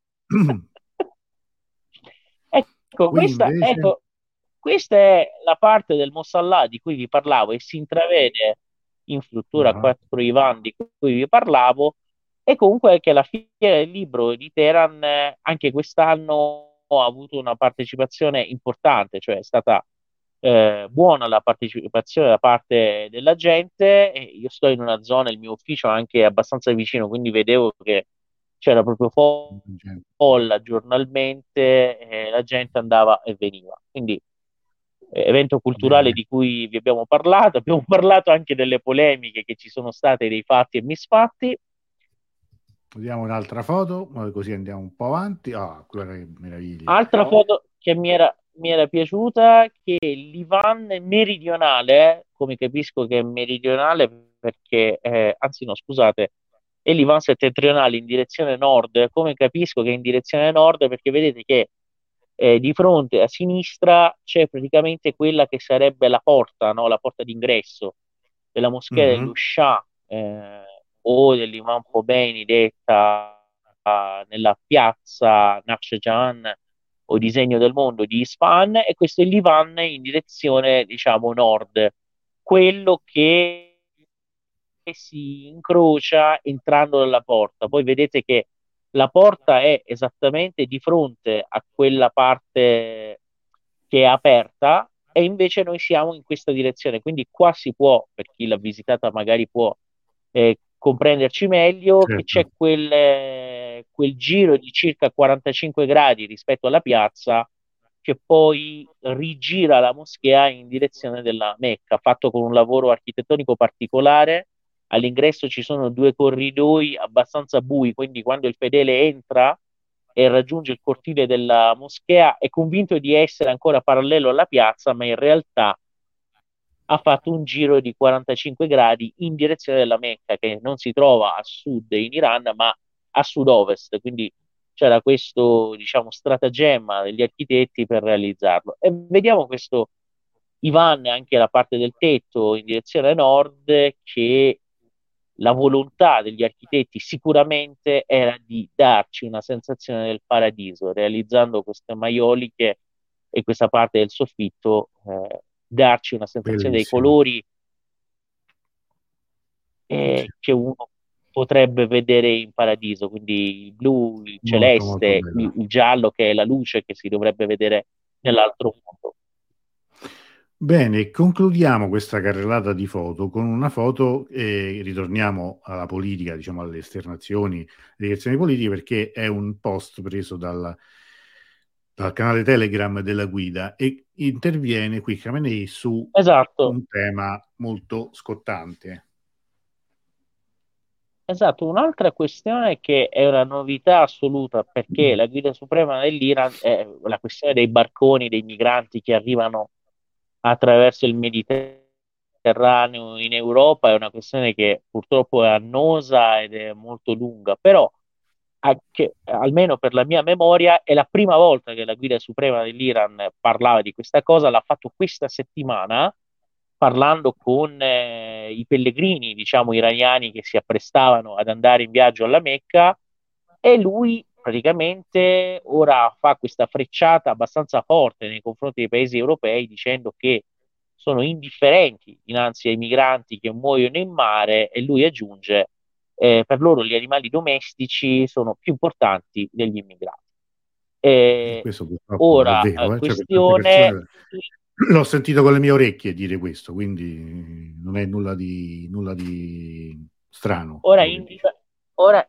Speaker 2: Ecco,
Speaker 1: Qui invece,
Speaker 2: questa è la parte del Mossalà di cui vi parlavo e si intravede in struttura a
Speaker 1: ah,
Speaker 2: quattro Ivan di cui vi parlavo, e comunque che la Fiera del Libro di Teheran anche quest'anno ha avuto una partecipazione importante, cioè è stata buona la partecipazione da parte della gente. E io sto in una zona, il mio ufficio è anche abbastanza vicino, quindi vedevo che c'era proprio folla giornalmente, la gente andava e veniva. Quindi evento culturale
Speaker 1: bene.
Speaker 2: di cui vi abbiamo parlato anche delle polemiche che ci sono state, dei fatti e misfatti.
Speaker 1: Vediamo un'altra foto, così andiamo un po' avanti. Ah, guarda che meraviglia.
Speaker 2: Altra foto che mi era piaciuta, che l'Ivan meridionale, come capisco che è meridionale perché, anzi no, scusate, è l'Ivan settentrionale in direzione nord, come capisco che è in direzione nord perché vedete che di fronte a sinistra c'è praticamente quella che sarebbe la porta, no? La porta d'ingresso della moschea dello
Speaker 1: Mhm.
Speaker 2: Shah, o dell'Imam Khomeini, detta nella piazza Naqsh Jahan o disegno del mondo di Isfahan, e questo è l'Ivan in direzione, diciamo, nord, quello che si incrocia entrando dalla porta. Poi vedete che la porta è esattamente di fronte a quella parte che è aperta, e invece noi siamo in questa direzione. Quindi qua si può, per chi l'ha visitata magari può comprenderci meglio, che c'è
Speaker 1: Certo.
Speaker 2: quel giro di circa 45 gradi rispetto alla piazza, che poi rigira la moschea in direzione della Mecca, fatto con un lavoro architettonico particolare. All'ingresso ci sono due corridoi abbastanza bui, quindi quando il fedele entra e raggiunge il cortile della moschea è convinto di essere ancora parallelo alla piazza, ma in realtà ha fatto un giro di 45 gradi in direzione della Mecca, che non si trova a sud in Iran, ma a sud-ovest. Quindi c'era questo, diciamo, stratagemma degli architetti per realizzarlo. E vediamo questo Ivan, anche la parte del tetto in direzione nord, che la volontà degli architetti sicuramente era di darci una sensazione del paradiso, realizzando queste maioliche e questa parte del soffitto, darci una sensazione dei
Speaker 1: Bellissimo.
Speaker 2: colori
Speaker 1: Sì,
Speaker 2: che uno potrebbe vedere in paradiso, quindi il blu, il
Speaker 1: molto molto
Speaker 2: celeste,
Speaker 1: bello.
Speaker 2: il giallo, che è la luce che si dovrebbe vedere nell'altro mondo.
Speaker 1: Bene, concludiamo questa carrellata di foto con una foto e ritorniamo alla politica, diciamo alle esternazioni, alle direzioni politiche, perché è un post preso dal canale Telegram della guida e interviene qui Khamenei su
Speaker 2: Esatto.
Speaker 1: un tema molto scottante.
Speaker 2: Esatto, un'altra questione che è una novità assoluta, perché la guida suprema dell'Iran è la questione dei barconi, dei migranti che arrivano attraverso il Mediterraneo in Europa. È una questione che purtroppo è annosa ed è molto lunga, però almeno per la mia memoria è la prima volta che la guida suprema dell'Iran parlava di questa cosa. L'ha fatto questa settimana, parlando con i pellegrini, diciamo, iraniani che si apprestavano ad andare in viaggio alla Mecca, e lui praticamente ora fa questa frecciata abbastanza forte nei confronti dei paesi europei, dicendo che sono indifferenti dinanzi ai migranti che muoiono in mare, e lui aggiunge per loro gli animali domestici sono più importanti degli immigrati.
Speaker 1: Questo purtroppo è
Speaker 2: Ora,
Speaker 1: vero, cioè, per tante
Speaker 2: questione.
Speaker 1: persone l'ho sentito con le mie orecchie dire questo, quindi non è nulla di strano
Speaker 2: Ora,
Speaker 1: quello che dice.
Speaker 2: ora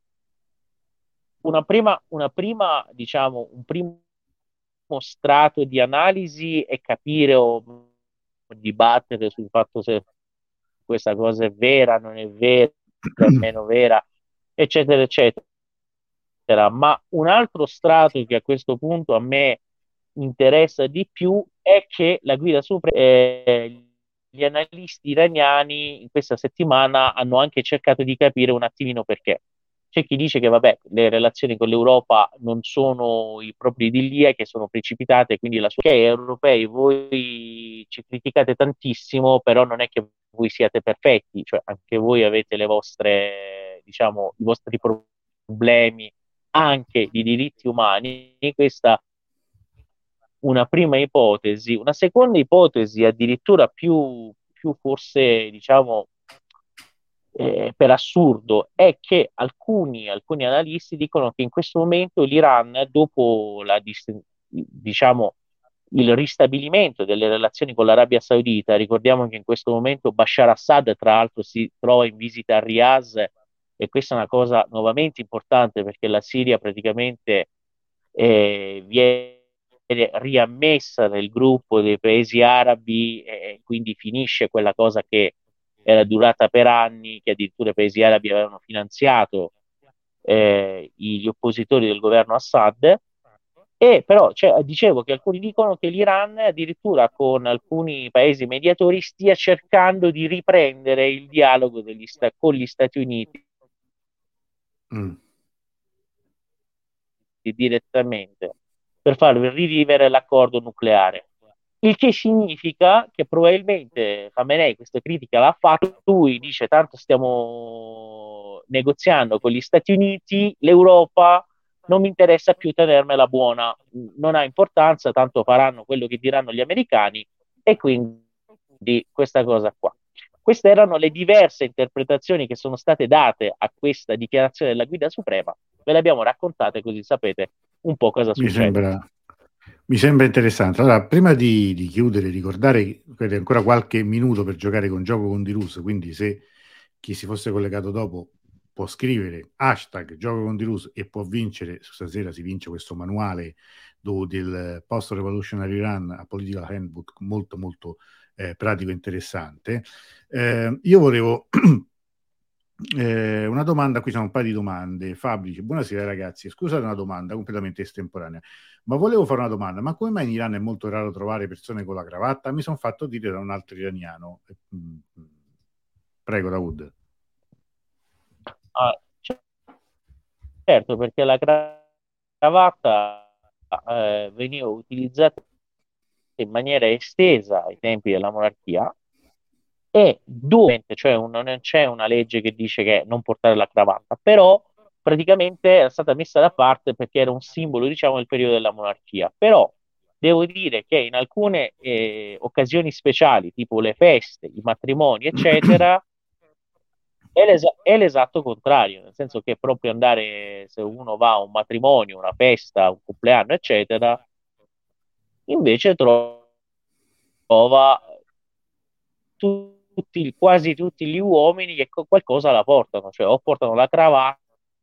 Speaker 2: diciamo, un primo strato di analisi è capire o dibattere sul fatto se questa cosa è vera, non è vera, è meno vera, eccetera, eccetera. Ma un altro strato che a questo punto a me interessa di più è che la guida suprema, gli analisti iraniani in questa settimana hanno anche cercato di capire un attimino perché. C'è chi dice che vabbè, le relazioni con l'Europa non sono i propri idilliache, che sono precipitate, quindi ok, europei, voi ci criticate tantissimo, però non è che voi siate perfetti, cioè anche voi avete le vostre, diciamo, i vostri problemi anche di diritti umani. Questa una prima ipotesi. Una seconda ipotesi, addirittura più forse, diciamo, per assurdo, è che alcuni analisti dicono che in questo momento l'Iran, dopo diciamo, il ristabilimento delle relazioni con l'Arabia Saudita, ricordiamo che in questo momento Bashar Assad, tra l'altro, si trova in visita a Riyadh, e questa è una cosa nuovamente importante perché la Siria praticamente viene riammessa nel gruppo dei paesi arabi, e quindi finisce quella cosa che era durata per anni, che addirittura i paesi arabi avevano finanziato gli oppositori del governo Assad. E però dicevo che alcuni dicono che l'Iran, addirittura con alcuni paesi mediatori, stia cercando di riprendere il dialogo con gli Stati Uniti
Speaker 1: Mm.
Speaker 2: direttamente, per far rivivere l'accordo nucleare. Il che significa che probabilmente Khamenei queste critiche l'ha fatto, lui dice tanto stiamo negoziando con gli Stati Uniti, l'Europa non mi interessa più tenermela buona, non ha importanza, tanto faranno quello che diranno gli americani e quindi questa cosa qua. Queste erano le diverse interpretazioni che sono state date a questa dichiarazione della guida suprema, ve le abbiamo raccontate così sapete un po' cosa
Speaker 1: Mi
Speaker 2: succede.
Speaker 1: sembra, mi sembra interessante. Allora, prima di chiudere, ricordare che avete ancora qualche minuto per giocare con Gioco con Dirus, quindi se chi si fosse collegato dopo può scrivere hashtag Gioco con Dirus e può vincere, stasera si vince questo manuale del Post-Revolutionary Run a Political Handbook molto molto pratico e interessante. Io volevo una domanda, qui sono un paio di domande. Fabri dice, buonasera ragazzi, scusate una domanda completamente estemporanea, ma volevo fare una domanda, ma come mai in Iran è molto raro trovare persone con la cravatta? Mi sono fatto dire da un altro iraniano. Prego, Dawood.
Speaker 2: Ah, certo, perché la cravatta veniva utilizzata in maniera estesa ai tempi della monarchia e due, cioè non c'è una legge che dice che non portare la cravatta, però praticamente era stata messa da parte perché era un simbolo, diciamo, del periodo della monarchia. Però devo dire che in alcune occasioni speciali, tipo le feste, i matrimoni, eccetera, è l'esatto contrario, nel senso che proprio andare, se uno va a un matrimonio, una festa, un compleanno, eccetera, invece trova quasi tutti gli uomini che qualcosa la portano, cioè o portano la cravatta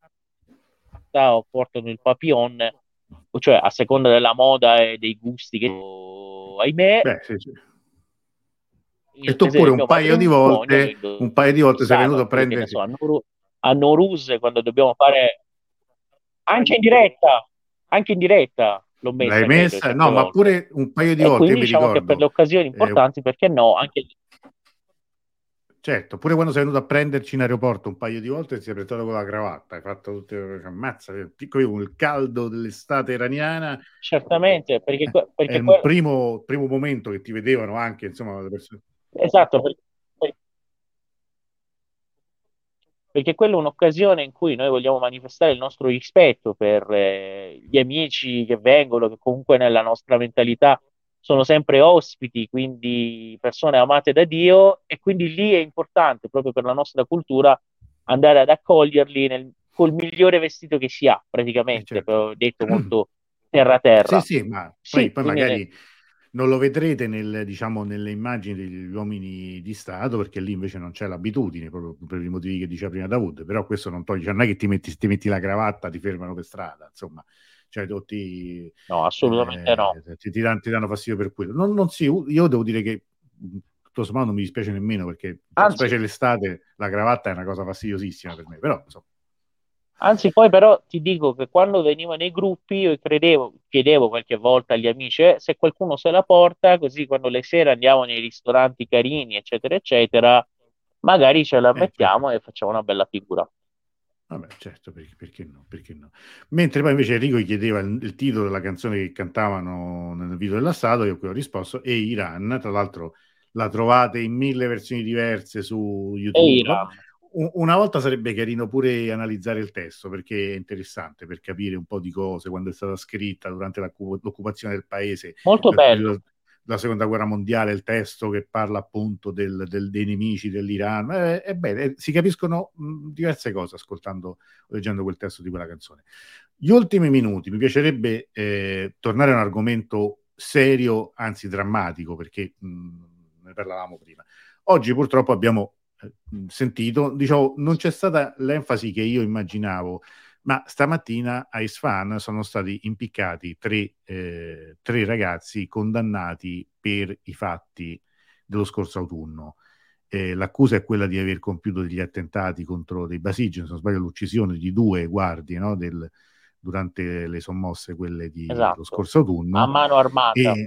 Speaker 2: o portano il papillon, cioè a seconda della moda e dei gusti che ahimè,
Speaker 1: Beh, sì, sì. E
Speaker 2: per
Speaker 1: tu pure
Speaker 2: esempio
Speaker 1: un paio di volte sei venuto
Speaker 2: indossato,
Speaker 1: a
Speaker 2: oppure che ne
Speaker 1: prenderti.
Speaker 2: so, a Nowruz quando dobbiamo fare anche in diretta, anche in diretta l'ho
Speaker 1: L'hai
Speaker 2: messa, credo,
Speaker 1: messa?
Speaker 2: certe
Speaker 1: No, ma
Speaker 2: volte.
Speaker 1: pure un paio di
Speaker 2: E
Speaker 1: volte, io
Speaker 2: quindi
Speaker 1: mi
Speaker 2: diciamo che per le
Speaker 1: ricordo.
Speaker 2: occasioni importanti, perché no, anche
Speaker 1: Certo, pure quando sei venuto a prenderci in aeroporto un paio di volte ti sei presentato con la cravatta, hai fatto tutte, ammazza, piccolo con il caldo dell'estate iraniana,
Speaker 2: certamente,
Speaker 1: è
Speaker 2: perché
Speaker 1: il primo momento che ti vedevano anche, insomma, le persone.
Speaker 2: esatto, perché quella è un'occasione in cui noi vogliamo manifestare il nostro rispetto per gli amici che vengono, che comunque nella nostra mentalità sono sempre ospiti, quindi persone amate da Dio, e quindi lì è importante proprio per la nostra cultura andare ad accoglierli col migliore vestito che si ha, praticamente,
Speaker 1: Certo.
Speaker 2: detto molto terra
Speaker 1: Sì,
Speaker 2: terra.
Speaker 1: sì, ma
Speaker 2: Sì,
Speaker 1: poi
Speaker 2: quindi
Speaker 1: magari non lo vedrete diciamo, nelle immagini degli uomini di Stato, perché lì invece non c'è l'abitudine, proprio per i motivi che diceva prima Dawood, però questo non toglie, cioè non è che ti metti la cravatta, ti fermano per strada, insomma, cioè tutti
Speaker 2: no, assolutamente no.
Speaker 1: ti danno fastidio per quello. Io devo dire che tutto sommato non mi dispiace nemmeno, perché
Speaker 2: Anzi,
Speaker 1: specie l'estate la cravatta è una cosa fastidiosissima per me, però insomma.
Speaker 2: Anzi, poi però ti dico che quando venivo nei gruppi io chiedevo qualche volta agli amici se qualcuno se la porta, così quando le sere andiamo nei ristoranti carini, eccetera, eccetera, magari ce la
Speaker 1: Certo.
Speaker 2: mettiamo e facciamo una bella figura.
Speaker 1: Vabbè, certo, perché no? Perché no? Mentre poi invece Enrico chiedeva il titolo della canzone che cantavano nel video della Stato, io qui ho risposto, e Iran, tra l'altro la trovate in 1000 versioni diverse su
Speaker 2: E
Speaker 1: YouTube.
Speaker 2: Iran.
Speaker 1: Una volta sarebbe carino pure analizzare il testo, perché è interessante per capire un po' di cose, quando è stata scritta, durante l'occupazione del paese,
Speaker 2: Molto
Speaker 1: nel
Speaker 2: bello.
Speaker 1: periodo della seconda guerra mondiale, il testo che parla appunto dei nemici dell'Iran. È bene, si capiscono diverse cose ascoltando o leggendo quel testo di quella canzone. Gli ultimi minuti, mi piacerebbe tornare a un argomento serio, anzi drammatico, perché ne parlavamo prima. Oggi purtroppo abbiamo sentito, diciamo, non c'è stata l'enfasi che io immaginavo, ma stamattina a Isfahan sono stati impiccati tre ragazzi condannati per i fatti dello scorso autunno. L'accusa è quella di aver compiuto degli attentati contro dei Basigi, se non sbaglio l'uccisione di due guardie, no, durante le sommosse, quelle dello
Speaker 2: Esatto.
Speaker 1: scorso
Speaker 2: A
Speaker 1: autunno,
Speaker 2: mano armata.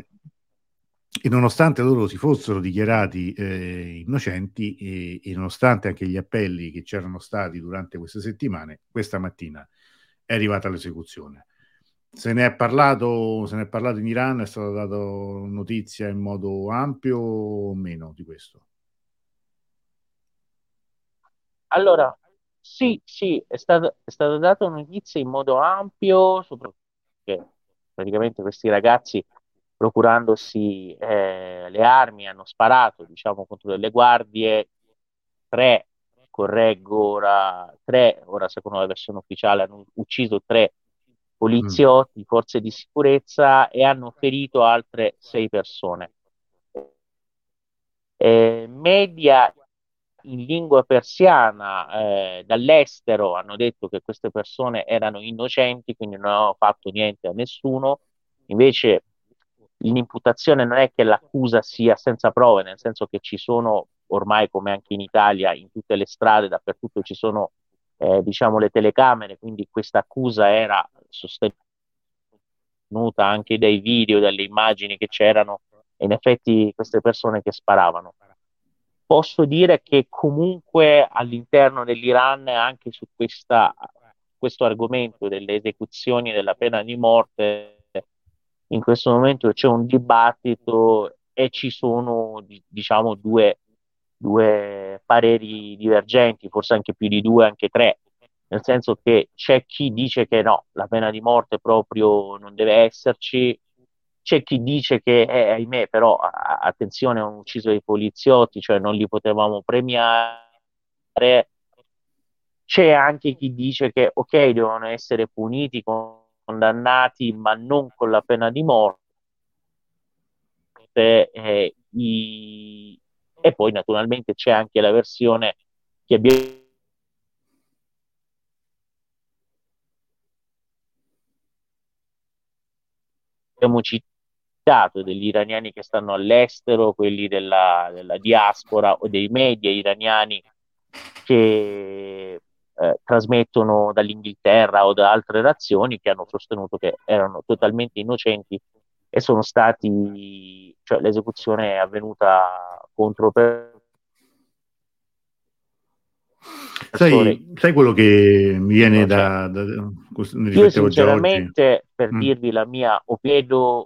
Speaker 1: e nonostante loro si fossero dichiarati innocenti e nonostante anche gli appelli che c'erano stati durante queste settimane, questa mattina è arrivata l'esecuzione. Se ne è parlato in Iran, è stata data notizia in modo ampio o meno di questo?
Speaker 2: Allora, sì, è stata data notizia in modo ampio, soprattutto perché praticamente questi ragazzi, procurandosi le armi, hanno sparato, diciamo, contro delle guardie, tre, correggo ora, tre, ora secondo la versione ufficiale, hanno ucciso tre poliziotti, forze di sicurezza e hanno ferito altre sei persone. Media in lingua persiana dall'estero hanno detto che queste persone erano innocenti, quindi non hanno fatto niente a nessuno. Invece l'imputazione non è che l'accusa sia senza prove, nel senso che ci sono ormai, come anche in Italia, in tutte le strade, dappertutto ci sono diciamo le telecamere, quindi questa accusa era sostenuta anche dai video, dalle immagini che c'erano, e in effetti queste persone che sparavano. Posso dire che comunque all'interno dell'Iran, anche su questo argomento delle esecuzioni della pena di morte, in questo momento c'è un dibattito e ci sono, diciamo, due pareri divergenti, forse anche più di due, anche tre, nel senso che c'è chi dice che no, la pena di morte proprio non deve esserci, c'è chi dice che, ahimè, però attenzione, hanno ucciso dei poliziotti, cioè non li potevamo premiare. C'è anche chi dice che, ok, devono essere puniti, condannati, ma non con la pena di morte. E poi naturalmente c'è anche la versione che abbiamo citato degli iraniani che stanno all'estero, quelli della diaspora o dei media iraniani che trasmettono dall'Inghilterra o da altre nazioni, che hanno sostenuto che erano totalmente innocenti e sono stati, cioè l'esecuzione è avvenuta contro persone.
Speaker 1: Sai quello che mi viene
Speaker 2: Cioè,
Speaker 1: ne
Speaker 2: io
Speaker 1: riflettevo già oggi.
Speaker 2: sinceramente, per dirvi la mia, credo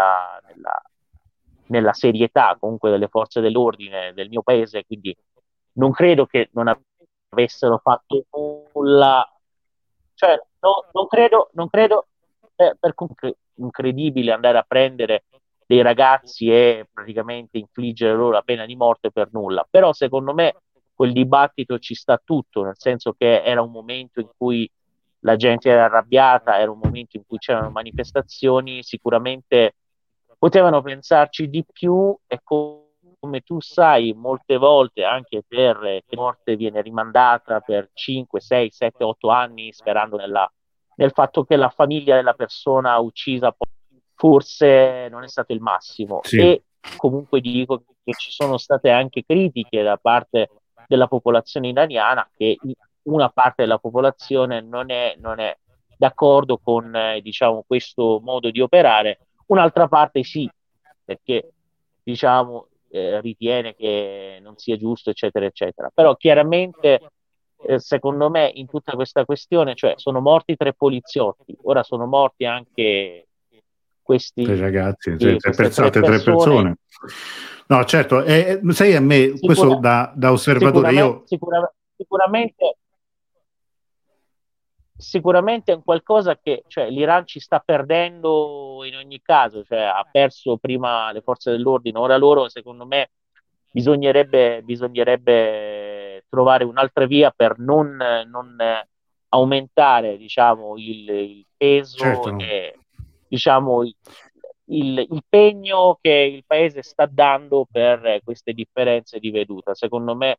Speaker 2: nella serietà comunque delle forze dell'ordine del mio paese, quindi non credo che non avessero fatto nulla, cioè non credo per incredibile andare a prendere dei ragazzi e praticamente infliggere loro la pena di morte per nulla, però secondo me quel dibattito ci sta tutto, nel senso che era un momento in cui la gente era arrabbiata, era un momento in cui c'erano manifestazioni, sicuramente potevano pensarci di più e come tu sai, molte volte anche per che la morte viene rimandata per 5, 6, 7, 8 anni sperando nel fatto che la famiglia della persona uccisa forse non è stato il massimo.
Speaker 1: Sì.
Speaker 2: E comunque dico che ci sono state anche critiche da parte della popolazione iraniana, che una parte della popolazione non è d'accordo con diciamo, questo modo di operare, un'altra parte sì, perché diciamo, ritiene che non sia giusto, eccetera, eccetera. Però chiaramente, secondo me, in tutta questa questione, cioè sono morti tre poliziotti, ora sono morti anche
Speaker 1: Tre
Speaker 2: questi,
Speaker 1: ragazzi,
Speaker 2: queste tre
Speaker 1: altre tre
Speaker 2: persone.
Speaker 1: persone. No, certo, sai a me, questo da osservatore, io...
Speaker 2: Sicuramente è un qualcosa che cioè, l'Iran ci sta perdendo in ogni caso, cioè, ha perso prima le forze dell'ordine, ora loro secondo me bisognerebbe trovare un'altra via per non aumentare diciamo, il peso
Speaker 1: Certo,
Speaker 2: e diciamo, il pegno che il paese sta dando per queste differenze di veduta. Secondo me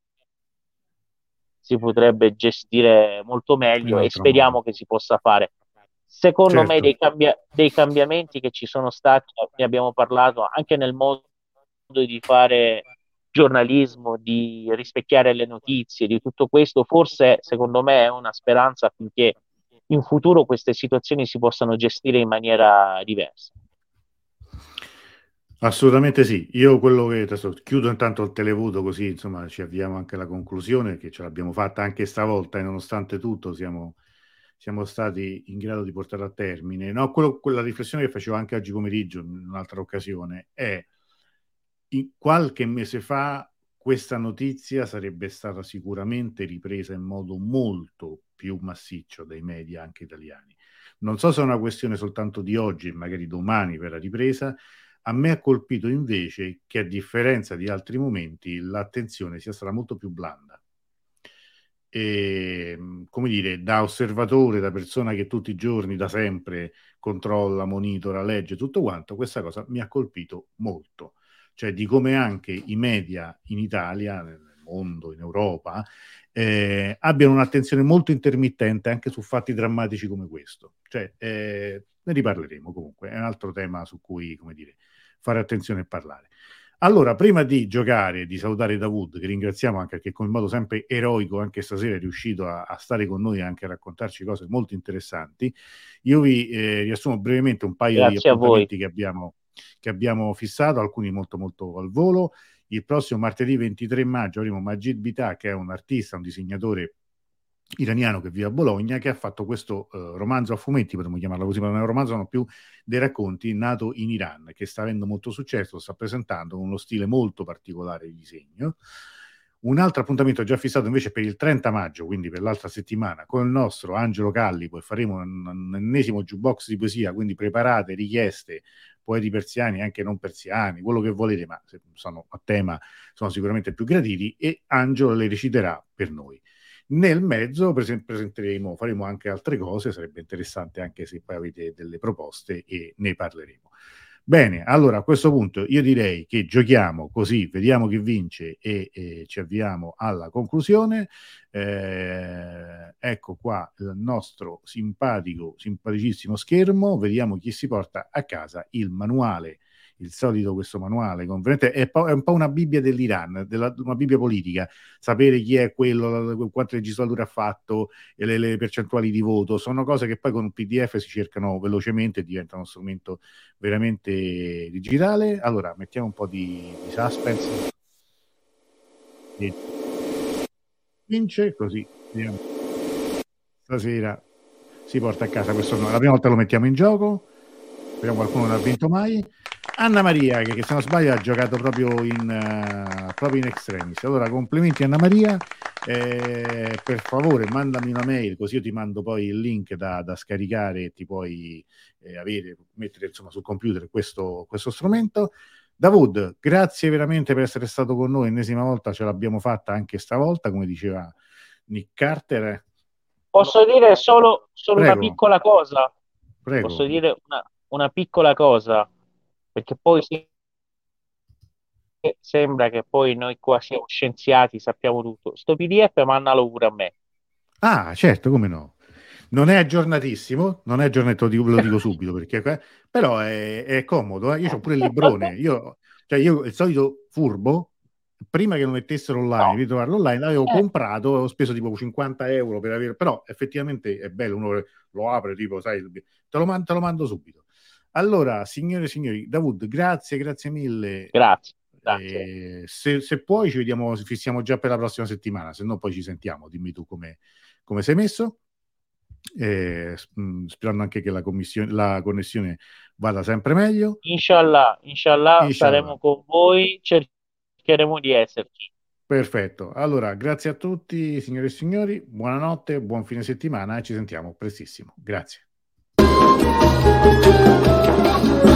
Speaker 2: si potrebbe gestire molto
Speaker 1: in
Speaker 2: meglio e
Speaker 1: altro modo.
Speaker 2: speriamo che si possa fare. Secondo me
Speaker 1: Certo.
Speaker 2: dei cambiamenti che ci sono stati, ne abbiamo parlato anche nel modo di fare giornalismo, di rispecchiare le notizie, di tutto questo, forse secondo me è una speranza affinché in futuro queste situazioni si possano gestire in maniera diversa.
Speaker 1: Assolutamente sì, io quello che adesso chiudo intanto il televoto così insomma ci avviamo anche alla conclusione che ce l'abbiamo fatta anche stavolta e nonostante tutto siamo stati in grado di portare a termine. No, quella riflessione che facevo anche oggi pomeriggio in un'altra occasione è qualche mese fa questa notizia sarebbe stata sicuramente ripresa in modo molto più massiccio dai media anche italiani. Non so se è una questione soltanto di oggi e magari domani per la ripresa. A me ha colpito invece che, a differenza di altri momenti, l'attenzione sia stata molto più blanda. E, come dire, da osservatore, da persona che tutti i giorni, da sempre, controlla, monitora, legge tutto quanto, questa cosa mi ha colpito molto. Cioè di come anche i media in Italia, nel mondo, in Europa, abbiano un'attenzione molto intermittente anche su fatti drammatici come questo. Cioè, ne riparleremo comunque, è un altro tema su cui, come dire, fare attenzione e parlare. Allora, prima di giocare, di salutare Dawood, che ringraziamo anche perché con modo sempre eroico anche stasera è riuscito a stare con noi e anche a raccontarci cose molto interessanti, io vi riassumo brevemente un paio di appuntamenti che abbiamo fissato, alcuni molto molto al volo. Il prossimo martedì 23 maggio avremo Majid Bita, che è un artista, un disegnatore iraniano che vive a Bologna, che ha fatto questo romanzo a fumetti, potremmo chiamarlo così, ma non è un romanzo, sono più dei racconti, nato in Iran, che sta avendo molto successo, lo sta presentando con uno stile molto particolare di disegno. Un altro appuntamento già fissato invece per il 30 maggio, quindi per l'altra settimana, con il nostro Angelo Callipo, e faremo un ennesimo jukebox di poesia, quindi preparate richieste, poeti persiani, anche non persiani, quello che volete, ma se sono a tema sono sicuramente più graditi, e Angelo le reciterà per noi. Nel mezzo faremo anche altre cose, sarebbe interessante anche se poi avete delle proposte e ne parleremo. Bene, allora a questo punto io direi che giochiamo, così vediamo chi vince e ci avviamo alla conclusione. Ecco qua il nostro simpaticissimo schermo, vediamo chi si porta a casa il manuale, il solito questo manuale, è un po' una Bibbia dell'Iran, una Bibbia politica, sapere chi è quello, quante legislature ha fatto, e le percentuali di voto, sono cose che poi con un PDF si cercano velocemente e diventa uno strumento veramente digitale. Allora, mettiamo un po' di suspense. E vince, così vediamo. Stasera si porta a casa questo, la prima volta lo mettiamo in gioco, speriamo qualcuno non ha vinto mai. Anna Maria, che se non sbaglio ha giocato proprio in extremis. Allora, complimenti Anna Maria, per favore mandami una mail, così io ti mando poi il link da scaricare e ti puoi mettere insomma sul computer questo strumento. Dawood, grazie veramente per essere stato con noi, ennesima volta ce l'abbiamo fatta anche stavolta, come diceva Nick Carter.
Speaker 2: Posso dire solo
Speaker 1: Prego.
Speaker 2: Una piccola cosa?
Speaker 1: Prego.
Speaker 2: Posso dire una piccola cosa? Perché poi sembra che poi noi qua siamo scienziati, sappiamo tutto. Sto PDF mandalo pure a me.
Speaker 1: Ah, certo, come no. Non è aggiornatissimo, non è aggiornato, lo dico subito, perché però è comodo. Io ho pure il librone. Io il solito furbo, prima che lo mettessero online, di trovarlo online, l'avevo comprato, avevo speso tipo 50 euro per avere, però effettivamente è bello, uno lo apre, tipo, sai, te lo mando subito. Allora, signore e signori, Dawood, grazie mille.
Speaker 2: Grazie.
Speaker 1: Se puoi ci vediamo, fissiamo già per la prossima settimana, se no poi ci sentiamo, dimmi tu come sei messo, sperando anche che la connessione vada sempre meglio.
Speaker 2: Inshallah, saremo con voi, cercheremo di esserci.
Speaker 1: Perfetto, allora grazie a tutti signore e signori, buonanotte, buon fine settimana e ci sentiamo prestissimo, grazie.